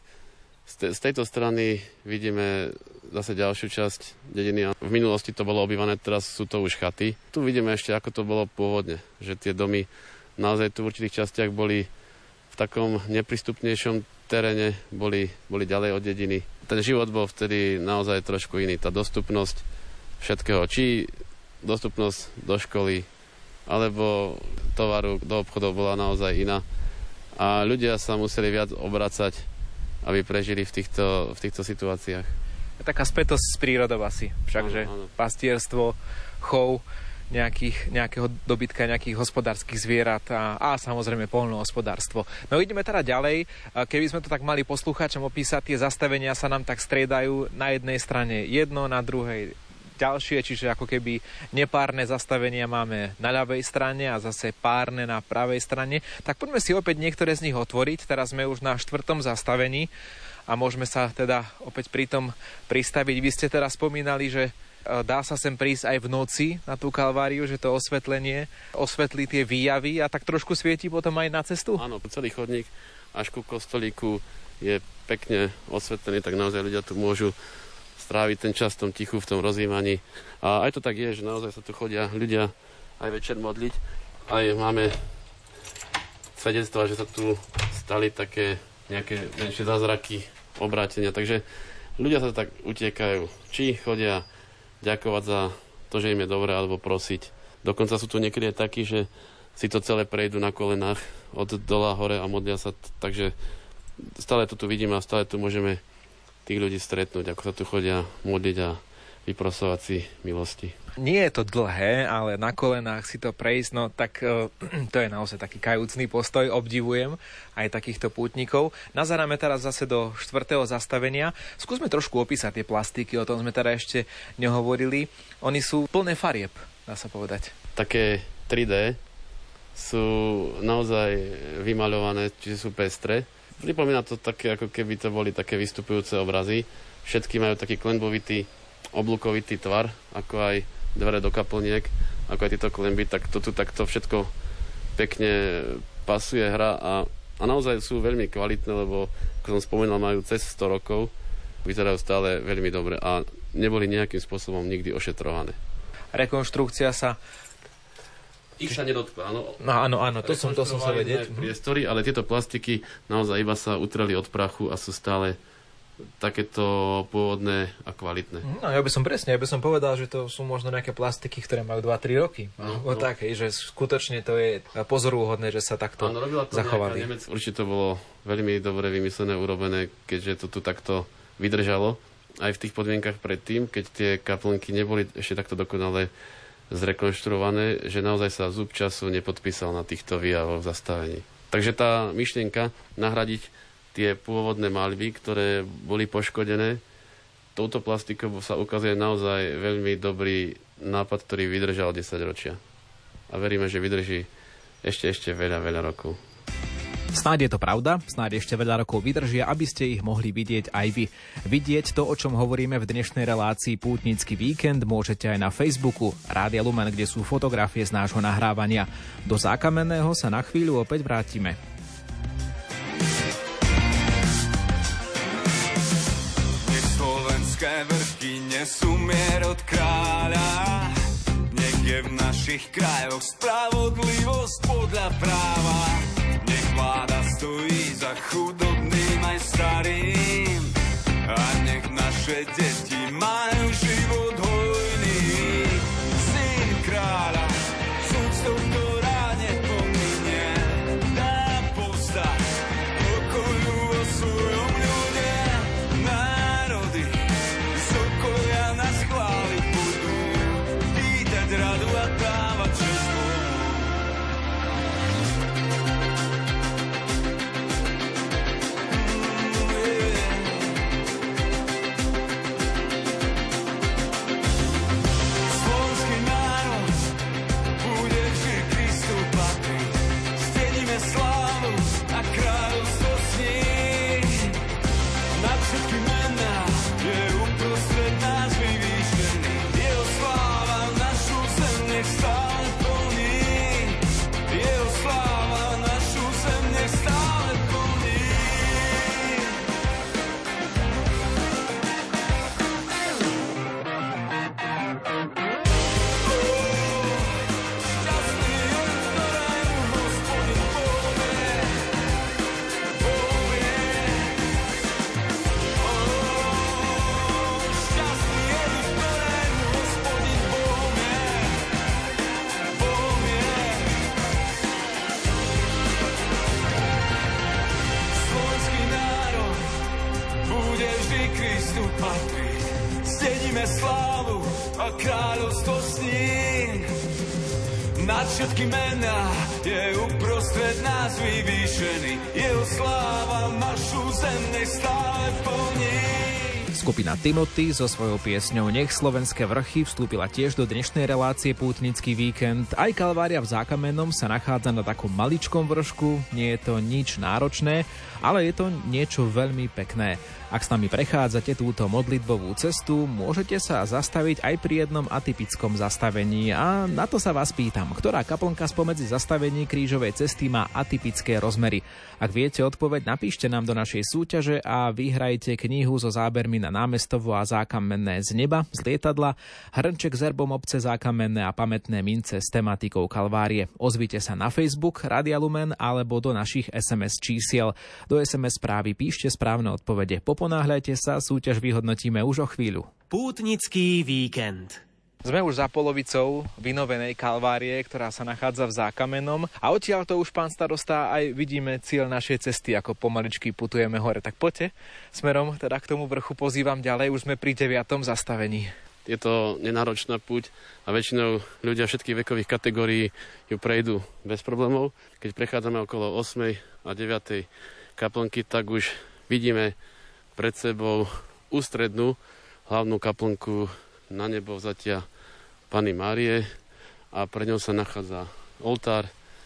z tejto strany vidíme zase ďalšiu časť dediny. V minulosti to bolo obývané, teraz sú to už chaty. Tu vidíme ešte, ako to bolo pôvodne, že tie domy naozaj tu v určitých častiach boli v takom neprístupnejšom teréne, boli, boli ďalej od dediny. Ten život bol vtedy naozaj trošku iný. Tá dostupnosť všetkého, či dostupnosť do školy, alebo tovaru do obchodov bola naozaj iná. A ľudia sa museli viac obracať, aby prežili v týchto, v týchto situáciách. Je taká spätosť s prírodou asi. Všakže pastierstvo, chov nejakých, nejakého dobytka, nejakých hospodárskych zvierat a, a samozrejme poľnohospodárstvo. No ideme teda ďalej. Keby sme to tak mali poslucháčom opísať, tie zastavenia sa nám tak striedajú. Na jednej strane jedno, na druhej ďalšie, čiže ako keby nepárne zastavenia máme na ľavej strane a zase párne na pravej strane. Tak poďme si opäť niektoré z nich otvoriť. Teraz sme už na štvrtom zastavení a môžeme sa teda opäť pri tom pristaviť. Vy ste teda spomínali, že dá sa sem prísť aj v noci na tú Kalváriu, že to osvetlenie osvetlí tie výjavy a tak trošku svieti potom aj na cestu? Áno, celý chodník až ku kostolíku je pekne osvetlený, tak naozaj ľudia tu môžu stráviť ten čas v tom tichu, v tom rozjímaní. A aj to tak je, že naozaj sa tu chodia ľudia aj večer modliť. Aj máme svedectvá, že sa tu stali také nejaké menšie zázraky, obrátenia. Takže ľudia sa tak utiekajú. Či chodia ďakovať za to, že im je dobré, alebo prosiť. Dokonca sú tu niekedy aj takí, že si to celé prejdú na kolenách od dola hore a modlia sa. T- takže stále to tu vidíme a stále tu môžeme tých ľudí stretnúť, ako sa tu chodia modliť a vyprosovať si milosti. Nie je to dlhé, ale na kolenách si to prejsť, no tak uh, to je naozaj taký kajúcný postoj, obdivujem aj takýchto pútnikov. Nazeráme teraz zase do štvrtého zastavenia. Skúsme trošku opísať tie plastiky, o tom sme teda ešte nehovorili. Oni sú plné farieb, dá sa povedať. Také tri dé sú naozaj vymaľované, čiže sú pestré. Pripomína to také, ako keby to boli také vystupujúce obrazy. Všetky majú taký klenbovitý, oblúkovitý tvar, ako aj dvere do kaplniek, ako aj tieto klenby, tak to tu takto všetko pekne pasuje, hra a, a naozaj sú veľmi kvalitné, lebo, ako som spomínal, majú cez sto rokov, vyzerajú stále veľmi dobre a neboli nejakým spôsobom nikdy ošetrované. Rekonštrukcia sa Ich sa nedotkla, áno. No áno, áno, to som, to som sa vedieť. Priestory, ale tieto plastiky naozaj iba sa utreli od prachu a sú stále takéto pôvodné a kvalitné. No ja by som presne, ja by som povedal, že to sú možno nejaké plastiky, ktoré majú dva tri roky. No, o no. tak, hej, že skutočne to je pozoruhodné, že sa takto Áno, robila to zachovali. Nemec, určite to bolo veľmi dobre vymyslené, urobené, keďže to tu takto vydržalo. Aj v tých podmienkach predtým, keď tie kaplnky neboli ešte takto dokonale zrekonštruované, že naozaj sa zub času nepodpísal na týchto výjavoch zastavení. Takže tá myšlienka nahradiť tie pôvodné maľby, ktoré boli poškodené, touto plastikou sa ukazuje naozaj veľmi dobrý nápad, ktorý vydržal desaťročia. A veríme, že vydrží ešte, ešte veľa, veľa rokov. Snáď je to pravda, snáď ešte veľa rokov vydržia, aby ste ich mohli vidieť aj vy. Vidieť to, o čom hovoríme v dnešnej relácii Pútnický víkend, môžete aj na Facebooku Rádia Lumen, kde sú fotografie z nášho nahrávania. Do Zákamenného sa na chvíľu opäť vrátime. Nech slovenské vrchy nesú mier od kráľa, nech je v našich krajoch spravodlivosť podľa práva. Nech vláda stojí za chudobným aj starým a nech naše deti majú život hojný. Syn kráľa, s úctou, ktorá nepominie, dá povstať pokoju vo svojom ľude. Národy z okolia nás chváliť budú, vítať radu a dáva čest Bohu. Nad všetky mená je uprostred nás vyvýšený. Jeho sláva našu zem nech stále plní. Skupina Timothy so svojou piesňou Nech slovenské vrchy vstúpila tiež do dnešnej relácie Pútnický víkend. Aj Kalvária v Zákamennom sa nachádza na takom maličkom vršku, nie je to nič náročné, ale je to niečo veľmi pekné. Ak s nami prechádzate túto modlitbovú cestu, môžete sa zastaviť aj pri jednom atypickom zastavení a na to sa vás pýtam, ktorá kaplnka spomedzi zastavení krížovej cesty má atypické rozmery. Ak viete odpoveď, napíšte nám do našej súťaže a vyhrajte knihu so zábermi na Námestovo a Zákamenné z neba, z lietadla, hrnček s erbom obce Zákamenné a pamätné mince s tematikou Kalvárie. Ozvite sa na Facebook Rádia Lumen alebo do našich es em es čísiel. Do es em es správy píšte správne odpovede. Poponáhľajte sa, súťaž vyhodnotíme už o chvíľu. Pútnický víkend. Sme už za polovicou vynovenej Kalvárie, ktorá sa nachádza v Zákamennom a odtiaľ to už, pán starosta, aj vidíme cieľ našej cesty, ako pomaličky putujeme hore. Tak poďte smerom teda k tomu vrchu, pozývam ďalej, už sme pri deviatom zastavení. Je to nenáročná púť a väčšinou ľudia všetkých vekových kategórií ju prejdú bez problémov. Keď prechádzame okolo ôsmej a deviatej kaplnky, tak už vidíme pred sebou ústrednú hlavnú kaplnku na nebo vzatia Panny Márie a pred ňou sa nachádza oltár,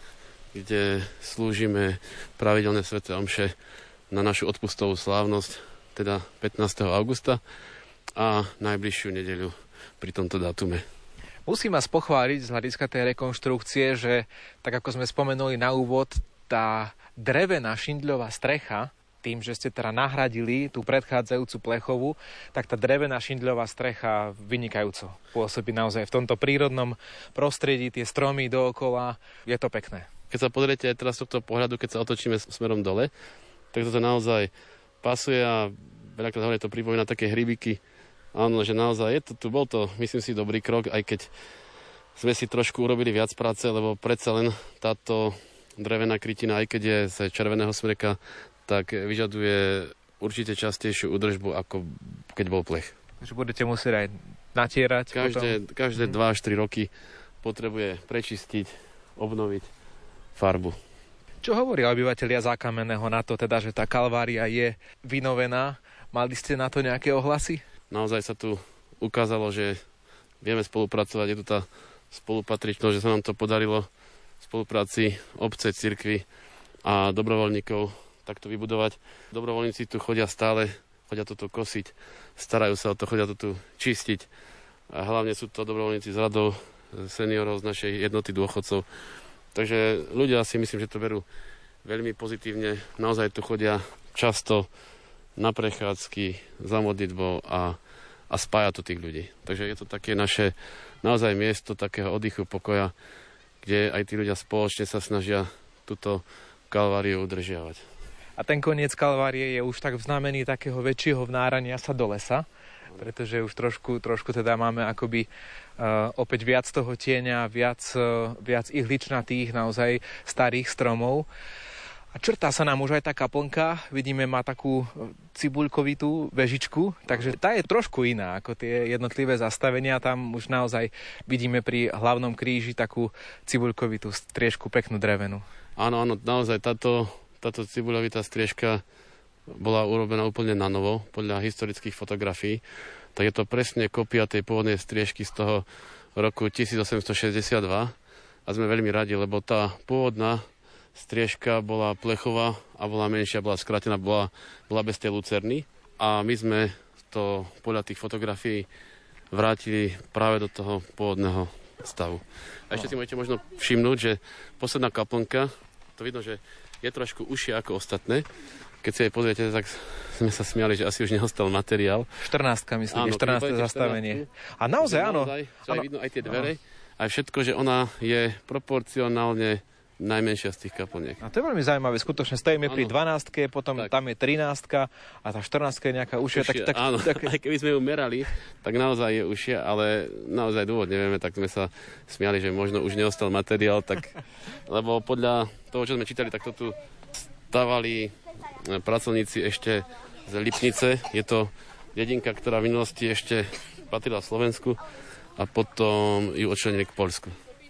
kde slúžime pravidelné sväté omše na našu odpustovú slávnosť, teda pätnásteho augusta a najbližšiu nedeľu pri tomto dátume. Musím vás pochváliť z hľadiska tej rekonštrukcie, že tak ako sme spomenuli na úvod, tá drevená šindľová strecha, tým, že ste teda nahradili tú predchádzajúcu plechovú, tak tá drevená šindľová strecha vynikajúco pôsobí naozaj v tomto prírodnom prostredí, tie stromy dookola, je to pekné. Keď sa pozriete aj teraz z tohto pohľadu, keď sa otočíme smerom dole, tak toto naozaj pasuje a veľakrát hovorí, to pripomína také hrybiky. Áno, že naozaj je to, tu bol to, myslím si, dobrý krok, aj keď sme si trošku urobili viac práce, lebo predsa len táto drevená krytina, aj keď je z červeného smreka, tak vyžaduje určite častejšiu údržbu, ako keď bol plech. Takže budete musieť aj natierať? Každé, každé hmm. dva až tri roky potrebuje prečistiť, obnoviť farbu. Čo hovoria obyvatelia Zákamenného na to, teda, že tá kalvária je vynovená? Mali ste na to nejaké ohlasy? Naozaj sa tu ukázalo, že vieme spolupracovať. Je tu tá spolupatričnosť, že sa nám to podarilo v spolupráci obce, cirkvi a dobrovoľníkov takto vybudovať. Dobrovoľníci tu chodia stále, chodia to tu kosiť, starajú sa o to, chodia to tu čistiť. A hlavne sú to dobrovoľníci z radov seniorov z našej jednoty dôchodcov. Takže ľudia si myslím, že to berú veľmi pozitívne. Naozaj tu chodia často na prechádzky za modlitbou a, a spája to tých ľudí. Takže je to také naše naozaj miesto takého oddychu, pokoja, kde aj tí ľudia spoločne sa snažia túto kalváriu udržiavať. A ten koniec kalvárie je už tak v znamení takého väčšieho vnárania sa do lesa, pretože už trošku, trošku teda máme akoby uh, opäť viac toho tieňa, viac, uh, viac ihličnatých naozaj starých stromov. A črtá sa nám už aj tá kaplnka, vidíme, má takú cibuľkovitú vežičku, takže tá je trošku iná ako tie jednotlivé zastavenia. Tam už naozaj vidíme pri hlavnom kríži takú cibuľkovitú striežku, peknú drevenú. Áno, áno, naozaj táto, táto cibuľovitá striežka bola urobená úplne na novo, podľa historických fotografií. Tak je to presne kopia tej pôvodnej striežky z toho roku tisícosemstošesťdesiatdva a sme veľmi radi, lebo tá pôvodná striežka bola plechová a bola menšia, bola skrátená, bola, bola bez tej lucerny a my sme to podľa tých fotografií vrátili práve do toho pôvodného stavu. A ešte si môžete možno všimnúť, že posledná kaplnka, to vidno, že je trošku užšia ako ostatné. Keď si jej pozriete, tak sme sa smiali, že asi už neostal materiál. štrnástka, myslím, štrnáste zastavenie. A naozaj, áno. Naozaj, áno. Aj vidno aj tie dvere, áno. Aj všetko, že ona je proporcionálne najmenšia z tých kaplniek. A to je veľmi zaujímavé. Skutočne stojíme pri dvanástke, potom tak. Tam je trinástka a tá štrnástka je nejaká užšia. Ušia, tak, tak, áno, tak... aj keby sme ju merali, tak naozaj je užšia, ale naozaj dôvod nevieme, tak sme sa smiali, že možno už neostal materiál, tak, lebo podľa toho, čo sme čítali, tak to tu stavali pracovníci ešte z Lipnice. Je to dedinka, ktorá v minulosti ešte patrila Slovensku a potom ju odčlenili k Poľsku.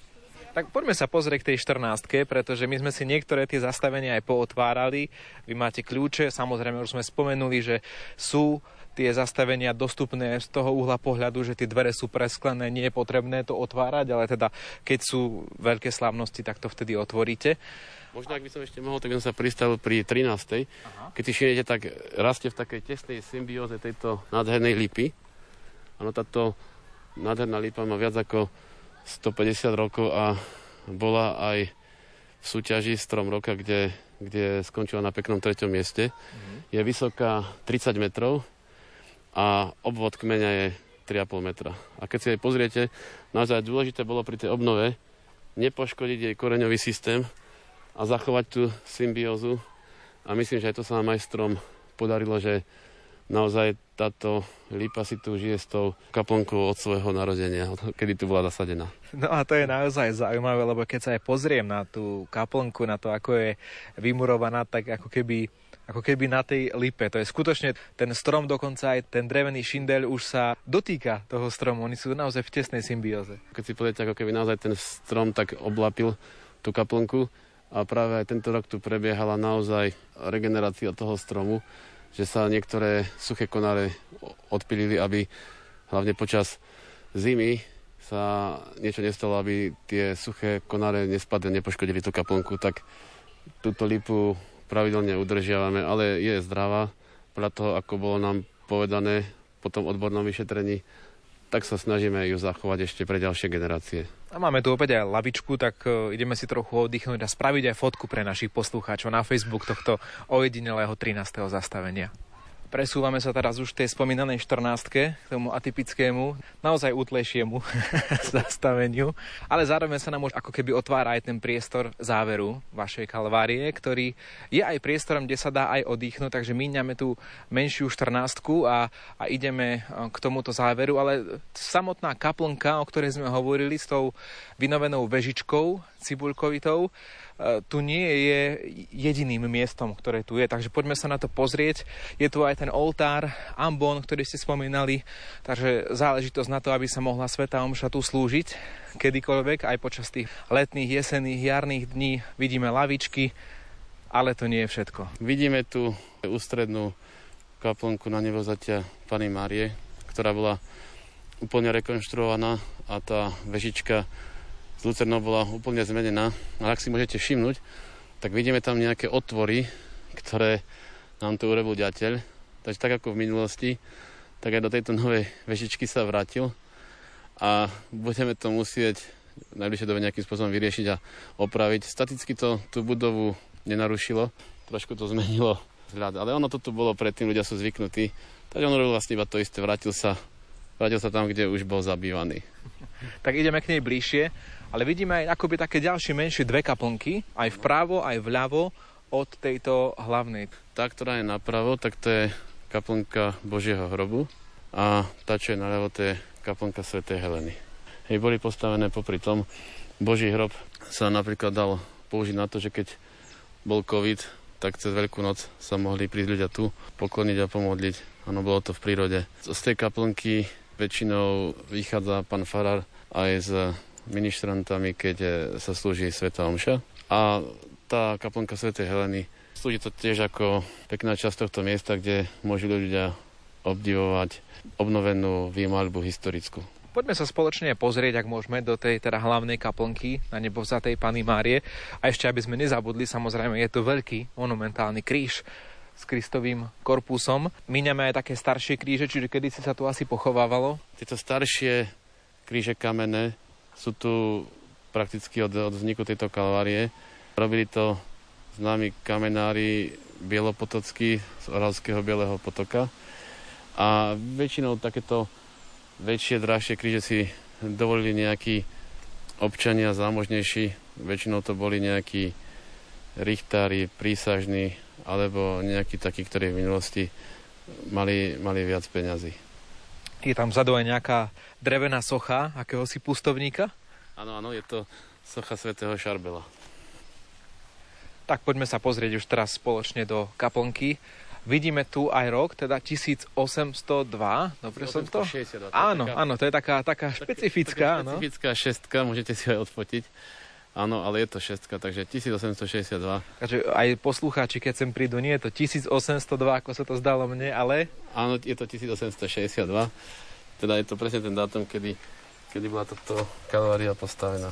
Tak poďme sa pozrieť k tej štrnástke, pretože my sme si niektoré tie zastavenia aj pootvárali. Vy máte kľúče, samozrejme už sme spomenuli, že sú tie zastavenia dostupné z toho uhla pohľadu, že tie dvere sú presklené, nie je potrebné to otvárať, ale teda keď sú veľké slávnosti, tak to vtedy otvoríte. Možno, ak by som ešte mohol, tak by som sa pristavil pri trinástej. Aha. Keď si všimnete, tak rastie v takej tesnej symbióze tejto nádhernej lipy. Áno, táto nádherná lipa má viac ako stopäťdesiat rokov a bola aj v súťaži Strom roka, kde, kde skončila na peknom treťom mieste. Mhm. Je vysoká tridsať metrov a obvod kmeňa je tri a pol metra. A keď si jej pozriete, naozaj dôležité bolo pri tej obnove nepoškodiť jej koreňový systém a zachovať tú symbiózu. A myslím, že aj to sa nám aj strom podarilo, že naozaj táto lípa si tu žije s tou kaplnkou od svojho narodenia, kedy tu bola zasadená. No a to je naozaj zaujímavé, lebo keď sa aj pozriem na tú kaplnku, na to, ako je vymurovaná, tak ako keby, ako keby na tej lipe. To je skutočne ten strom, dokonca aj ten drevený šindeľ už sa dotýka toho stromu. Oni sú naozaj v tesnej symbióze. Keď si pozriete, ako keby naozaj ten strom tak oblapil tú kaplnku a práve aj tento rok tu prebiehala naozaj regenerácia toho stromu, že sa niektoré suché konáre odpilili, aby hlavne počas zimy sa niečo nestalo, aby tie suché konáre nespadli, nepoškodili tú kaplnku, tak túto lipu pravidelne udržiavame, ale je zdravá. Podľa toho, ako bolo nám povedané po tom odbornom vyšetrení, tak sa snažíme ju zachovať ešte pre ďalšie generácie. A máme tu opäť aj lavičku, tak ideme si trochu oddychnúť a spraviť aj fotku pre našich poslucháčov na Facebook tohto ojedinelého trinásteho zastavenia. Presúvame sa teraz už tej spomínanej štrnástke, k tomu atypickému, naozaj útlejšiemu zastaveniu, ale zároveň sa nám už ako keby otvára aj ten priestor záveru vašej kalvárie, ktorý je aj priestorom, kde sa dá aj oddychnúť, takže míňame tú menšiu štrnástku a, a ideme k tomuto záveru, ale samotná kaplnka, o ktorej sme hovorili, s tou vynovenou vežičkou cibuľkovitou, tu nie je jediným miestom, ktoré tu je, takže poďme sa na to pozrieť. Je tu aj ten oltár, ambon, ktorý ste spomínali, takže záležitosť na to, aby sa mohla svätá omša tu slúžiť kedykoľvek, aj počas tých letných, jesenných, jarných dní. Vidíme lavičky, ale to nie je všetko. Vidíme tu ústrednú kaplnku Na Nebovzatia Panny Márie, ktorá bola úplne rekonštruovaná a tá vežička z lucernou bola úplne zmenená. Ale ak si môžete všimnúť, tak vidíme tam nejaké otvory, ktoré nám tu urobil ďateľ. Takže tak ako v minulosti, tak aj do tejto novej vežičky sa vrátil. A budeme to musieť v najbližšej dobe nejakým spôsobom vyriešiť a opraviť. Staticky to tú budovu nenarušilo, trošku to zmenilo vzhľad. Ale ono to tu bolo predtým, ľudia sú zvyknutí. Takže on robil vlastne iba to isté, vrátil sa, vrátil sa tam, kde už bol zabývaný. Tak ideme k nej bližšie. Ale vidíme aj akoby také ďalšie menšie dve kaplnky, aj vpravo, aj vľavo od tejto hlavnej. Tá, ktorá je napravo, tak to je kaplnka Božieho hrobu a tá, čo je naľavo, to je kaplnka svätej Heleny. Hej, boli postavené popri tom. Boží hrob sa napríklad dal použiť na to, že keď bol COVID, tak cez Veľkú noc sa mohli prísť ľudia tu pokloniť a pomodliť. Áno, bolo to v prírode. Z tej kaplnky väčšinou vychádza pán farár aj z ministrantami, keď sa slúži svätá omša. A tá kaplnka svätej Heleny slúži to tiež ako pekná časť tohto miesta, kde môžu ľudia obdivovať obnovenú výmaľbu historickú. Poďme sa spoločne pozrieť, ak môžeme, do tej teda hlavnej kaplnky Na Nebovzatej Panny Márie. A ešte, aby sme nezabudli, samozrejme, je to veľký monumentálny kríž s Kristovým korpusom. Míňame aj také staršie kríže, čiže kedysi sa tu asi pochovávalo. Tieto staršie kríže kamenné sú tu prakticky od, od vzniku tejto kalvárie. Robili to známi kamenári bielopotockí z Oravského Bieleho potoka. A väčšinou takéto väčšie, drahšie kríže si dovolili nejakí občania zámožnejší. Väčšinou to boli nejakí richtári, prísažní, alebo nejakí takí, ktorí v minulosti mali, mali viac peňazí. Je tam vzadu aj nejaká drevená socha akéhosi pustovníka? Áno, áno, je to socha svätého Šarbela. Tak poďme sa pozrieť už teraz spoločne do kaplnky. Vidíme tu aj rok, teda tisíc osemsto dva. Dobre som to? Áno, taká, áno, to je taká, taká špecifická. Taká špecifická no? šestka, môžete si aj odfotiť. Áno, ale je to šestka, takže tisíc osemsto šesťdesiatdva. Takže aj poslucháči, keď sem prídu, nie je to tisíc osemsto dva, ako sa to zdalo mne, ale... Áno, je to tisíc osemsto šesťdesiatdva. Teda je to presne ten dátum, kedy, kedy bola táto kalvária postavená.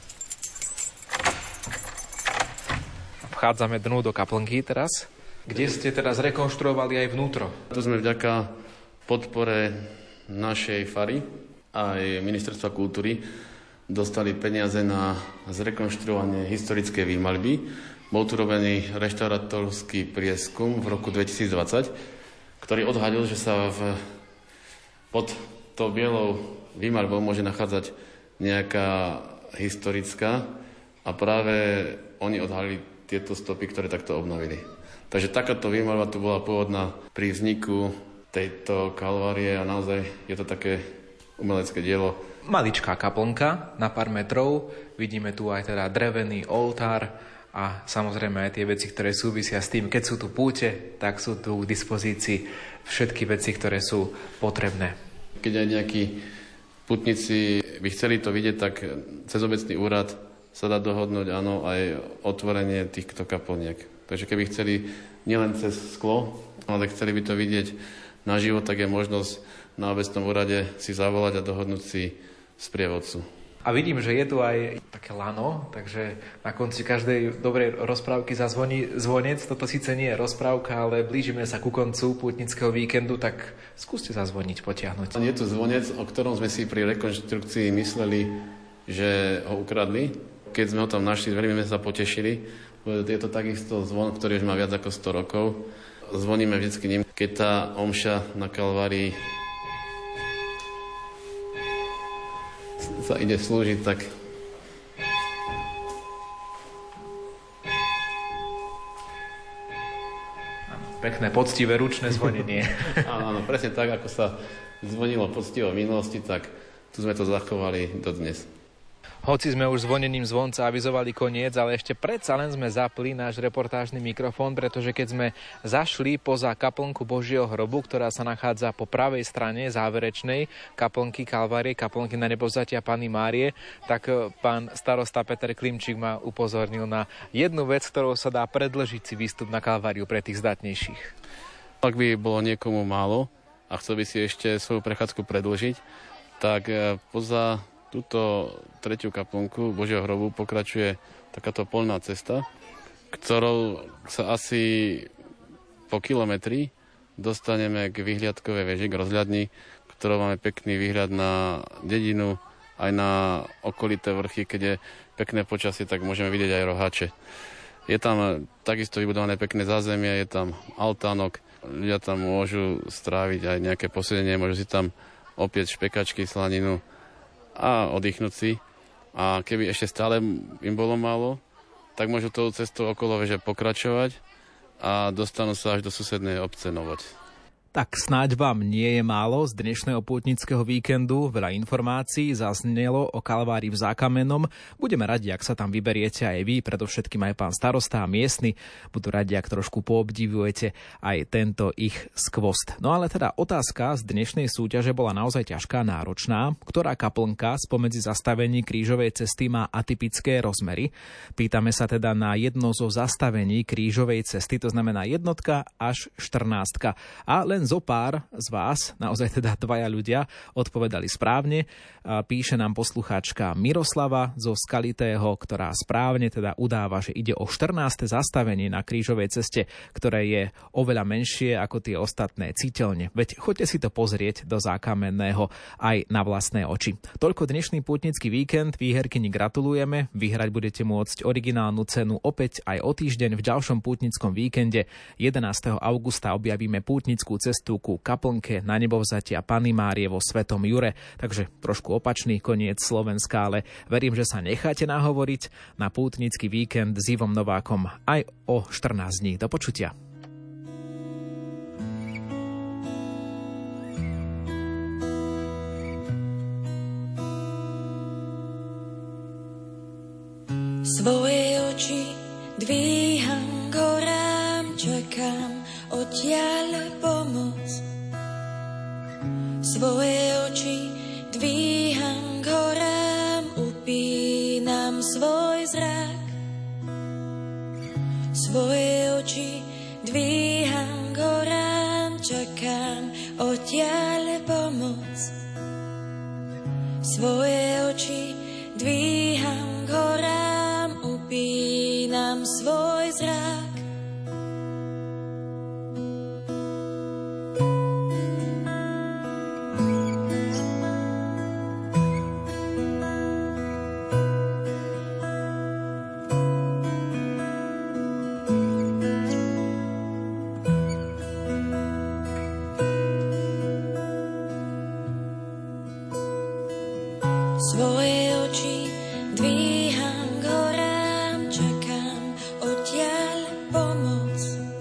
Vchádzame dnu do kaplnky teraz, kde ste teraz rekonštruovali aj vnútro. Tu sme vďaka podpore našej fary aj Ministerstva kultúry dostali peniaze na zrekonštruovanie historickej výmaľby. Bol tu robený reštaurátorský prieskum v roku dvetisícdvadsať, ktorý odhalil, že sa v, pod tou bielou výmaľbou môže nachádzať nejaká historická a práve oni odhalili tieto stopy, ktoré takto obnovili. Takže takáto výmaľba tu bola pôvodná pri vzniku tejto kalvárie a naozaj je to také umelecké dielo. Maličká kaplnka na pár metrov, vidíme tu aj teda drevený oltár a samozrejme aj tie veci, ktoré súvisia s tým, keď sú tu púte, tak sú tu k dispozícii všetky veci, ktoré sú potrebné. Keď aj nejakí putníci by chceli to vidieť, tak cez obecný úrad sa dá dohodnúť, áno, aj otvorenie týchto kaplniek. Takže keby chceli nielen cez sklo, ale chceli by to vidieť naživo, tak je možnosť na obecnom úrade si zavolať a dohodnúť si sprievodcu. A vidím, že je tu aj také lano, takže na konci každej dobrej rozprávky zazvoní zvonec. Toto síce nie je rozprávka, ale blížime sa ku koncu pútnického víkendu, tak skúste zazvoniť, potiahnuť. Je tu zvonec, o ktorom sme si pri rekonštrukcii mysleli, že ho ukradli. Keď sme ho tam našli, veľmi sme sa potešili. Je to takisto zvon, ktorý už má viac ako sto rokov. Zvoníme vždycky ním. keď tá omša na Kalvárii sa ide slúžiť, tak pekné, poctivé, ručné zvonenie. Áno, áno, presne tak, ako sa zvonilo poctivo v minulosti, tak tu sme to zachovali dodnes. Hoci sme už zvonením zvonca avizovali koniec, ale ešte predsa len sme zapli náš reportážny mikrofón, pretože keď sme zašli poza kaplnku Božieho hrobu, ktorá sa nachádza po pravej strane záverečnej kaplnky Kalvárie, kaplnky Na nebovzatia Panny Márie, tak pán starosta Peter Klimčík ma upozornil na jednu vec, ktorou sa dá predĺžiť si výstup na Kalváriu pre tých zdatnejších. Ak by bolo niekomu málo a chcel by si ešte svoju prechádzku predĺžiť, tak poza túto tretiu kaplnku Božieho hrobu pokračuje takáto poľná cesta, ktorou sa asi po kilometri dostaneme k vyhliadkovej veži, k rozhľadni, ktorou máme pekný výhľad na dedinu, aj na okolité vrchy. Keď je pekné počasie, tak môžeme vidieť aj roháče. Je tam takisto vybudované pekné zázemie, je tam altánok, ľudia tam môžu stráviť aj nejaké posedenie, môžu si tam opiec špekačky, slaninu a oddychnúť si. A keby ešte stále im bolo málo, tak môžu tou cestou okolo veže pokračovať a dostanú sa až do susednej obce Novoď. Tak snáď vám nie je málo z dnešného pútnického víkendu. Veľa informácií zaznelo o Kalvárii v Zákamenom. Budeme radi, ak sa tam vyberiete aj vy, predovšetkým aj pán starosta a miestny. Budú radi, ak trošku poobdivujete aj tento ich skvost. No ale teda otázka z dnešnej súťaže bola naozaj ťažká, náročná. Ktorá kaplnka spomedzi zastavení krížovej cesty má atypické rozmery? Pýtame sa teda na jedno zo zastavení krížovej cesty, to znamená jednotka až štrnáctka. A len zo pár z vás, naozaj teda dvaja ľudia, odpovedali správne. Píše nám poslucháčka Miroslava zo Skalitého, ktorá správne teda udáva, že ide o štrnáste zastavenie na krížovej ceste, ktoré je oveľa menšie ako tie ostatné citeľne. Veď choďte si to pozrieť do Zákamenného aj na vlastné oči. Toľko dnešný pútnický víkend. Výherkyni gratulujeme. Vyhrať budete môcť originálnu cenu opäť aj o týždeň v ďalšom pútnickom víkende. jedenásteho augusta objavíme pútnickú cestu ku kaplnke Na nebovzatia Panny Márie vo Svetom Jure. Takže trošku opačný koniec Slovenska, ale verím, že sa necháte nahovoriť na pútnický víkend s Ivom Novákom aj o štrnásť dní. Do počutia. Svoje oči dvíham k horám, čakám odtiaľ pomoc. Svoje oči dvíham k horám, upínam svoj zrak. Svoje oči dvíham k horám, čakám odtiaľ pomoc. Svoje oči dvíham k horám, upínam svoj zrak. Svoje oči dvíham k horám, čakám odtiaľ pomoc.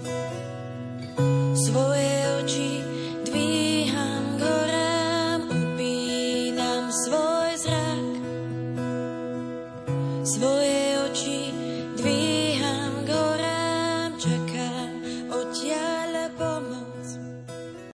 Svoje oči dvíham k horám, upínam svoj zrak. Svoje oči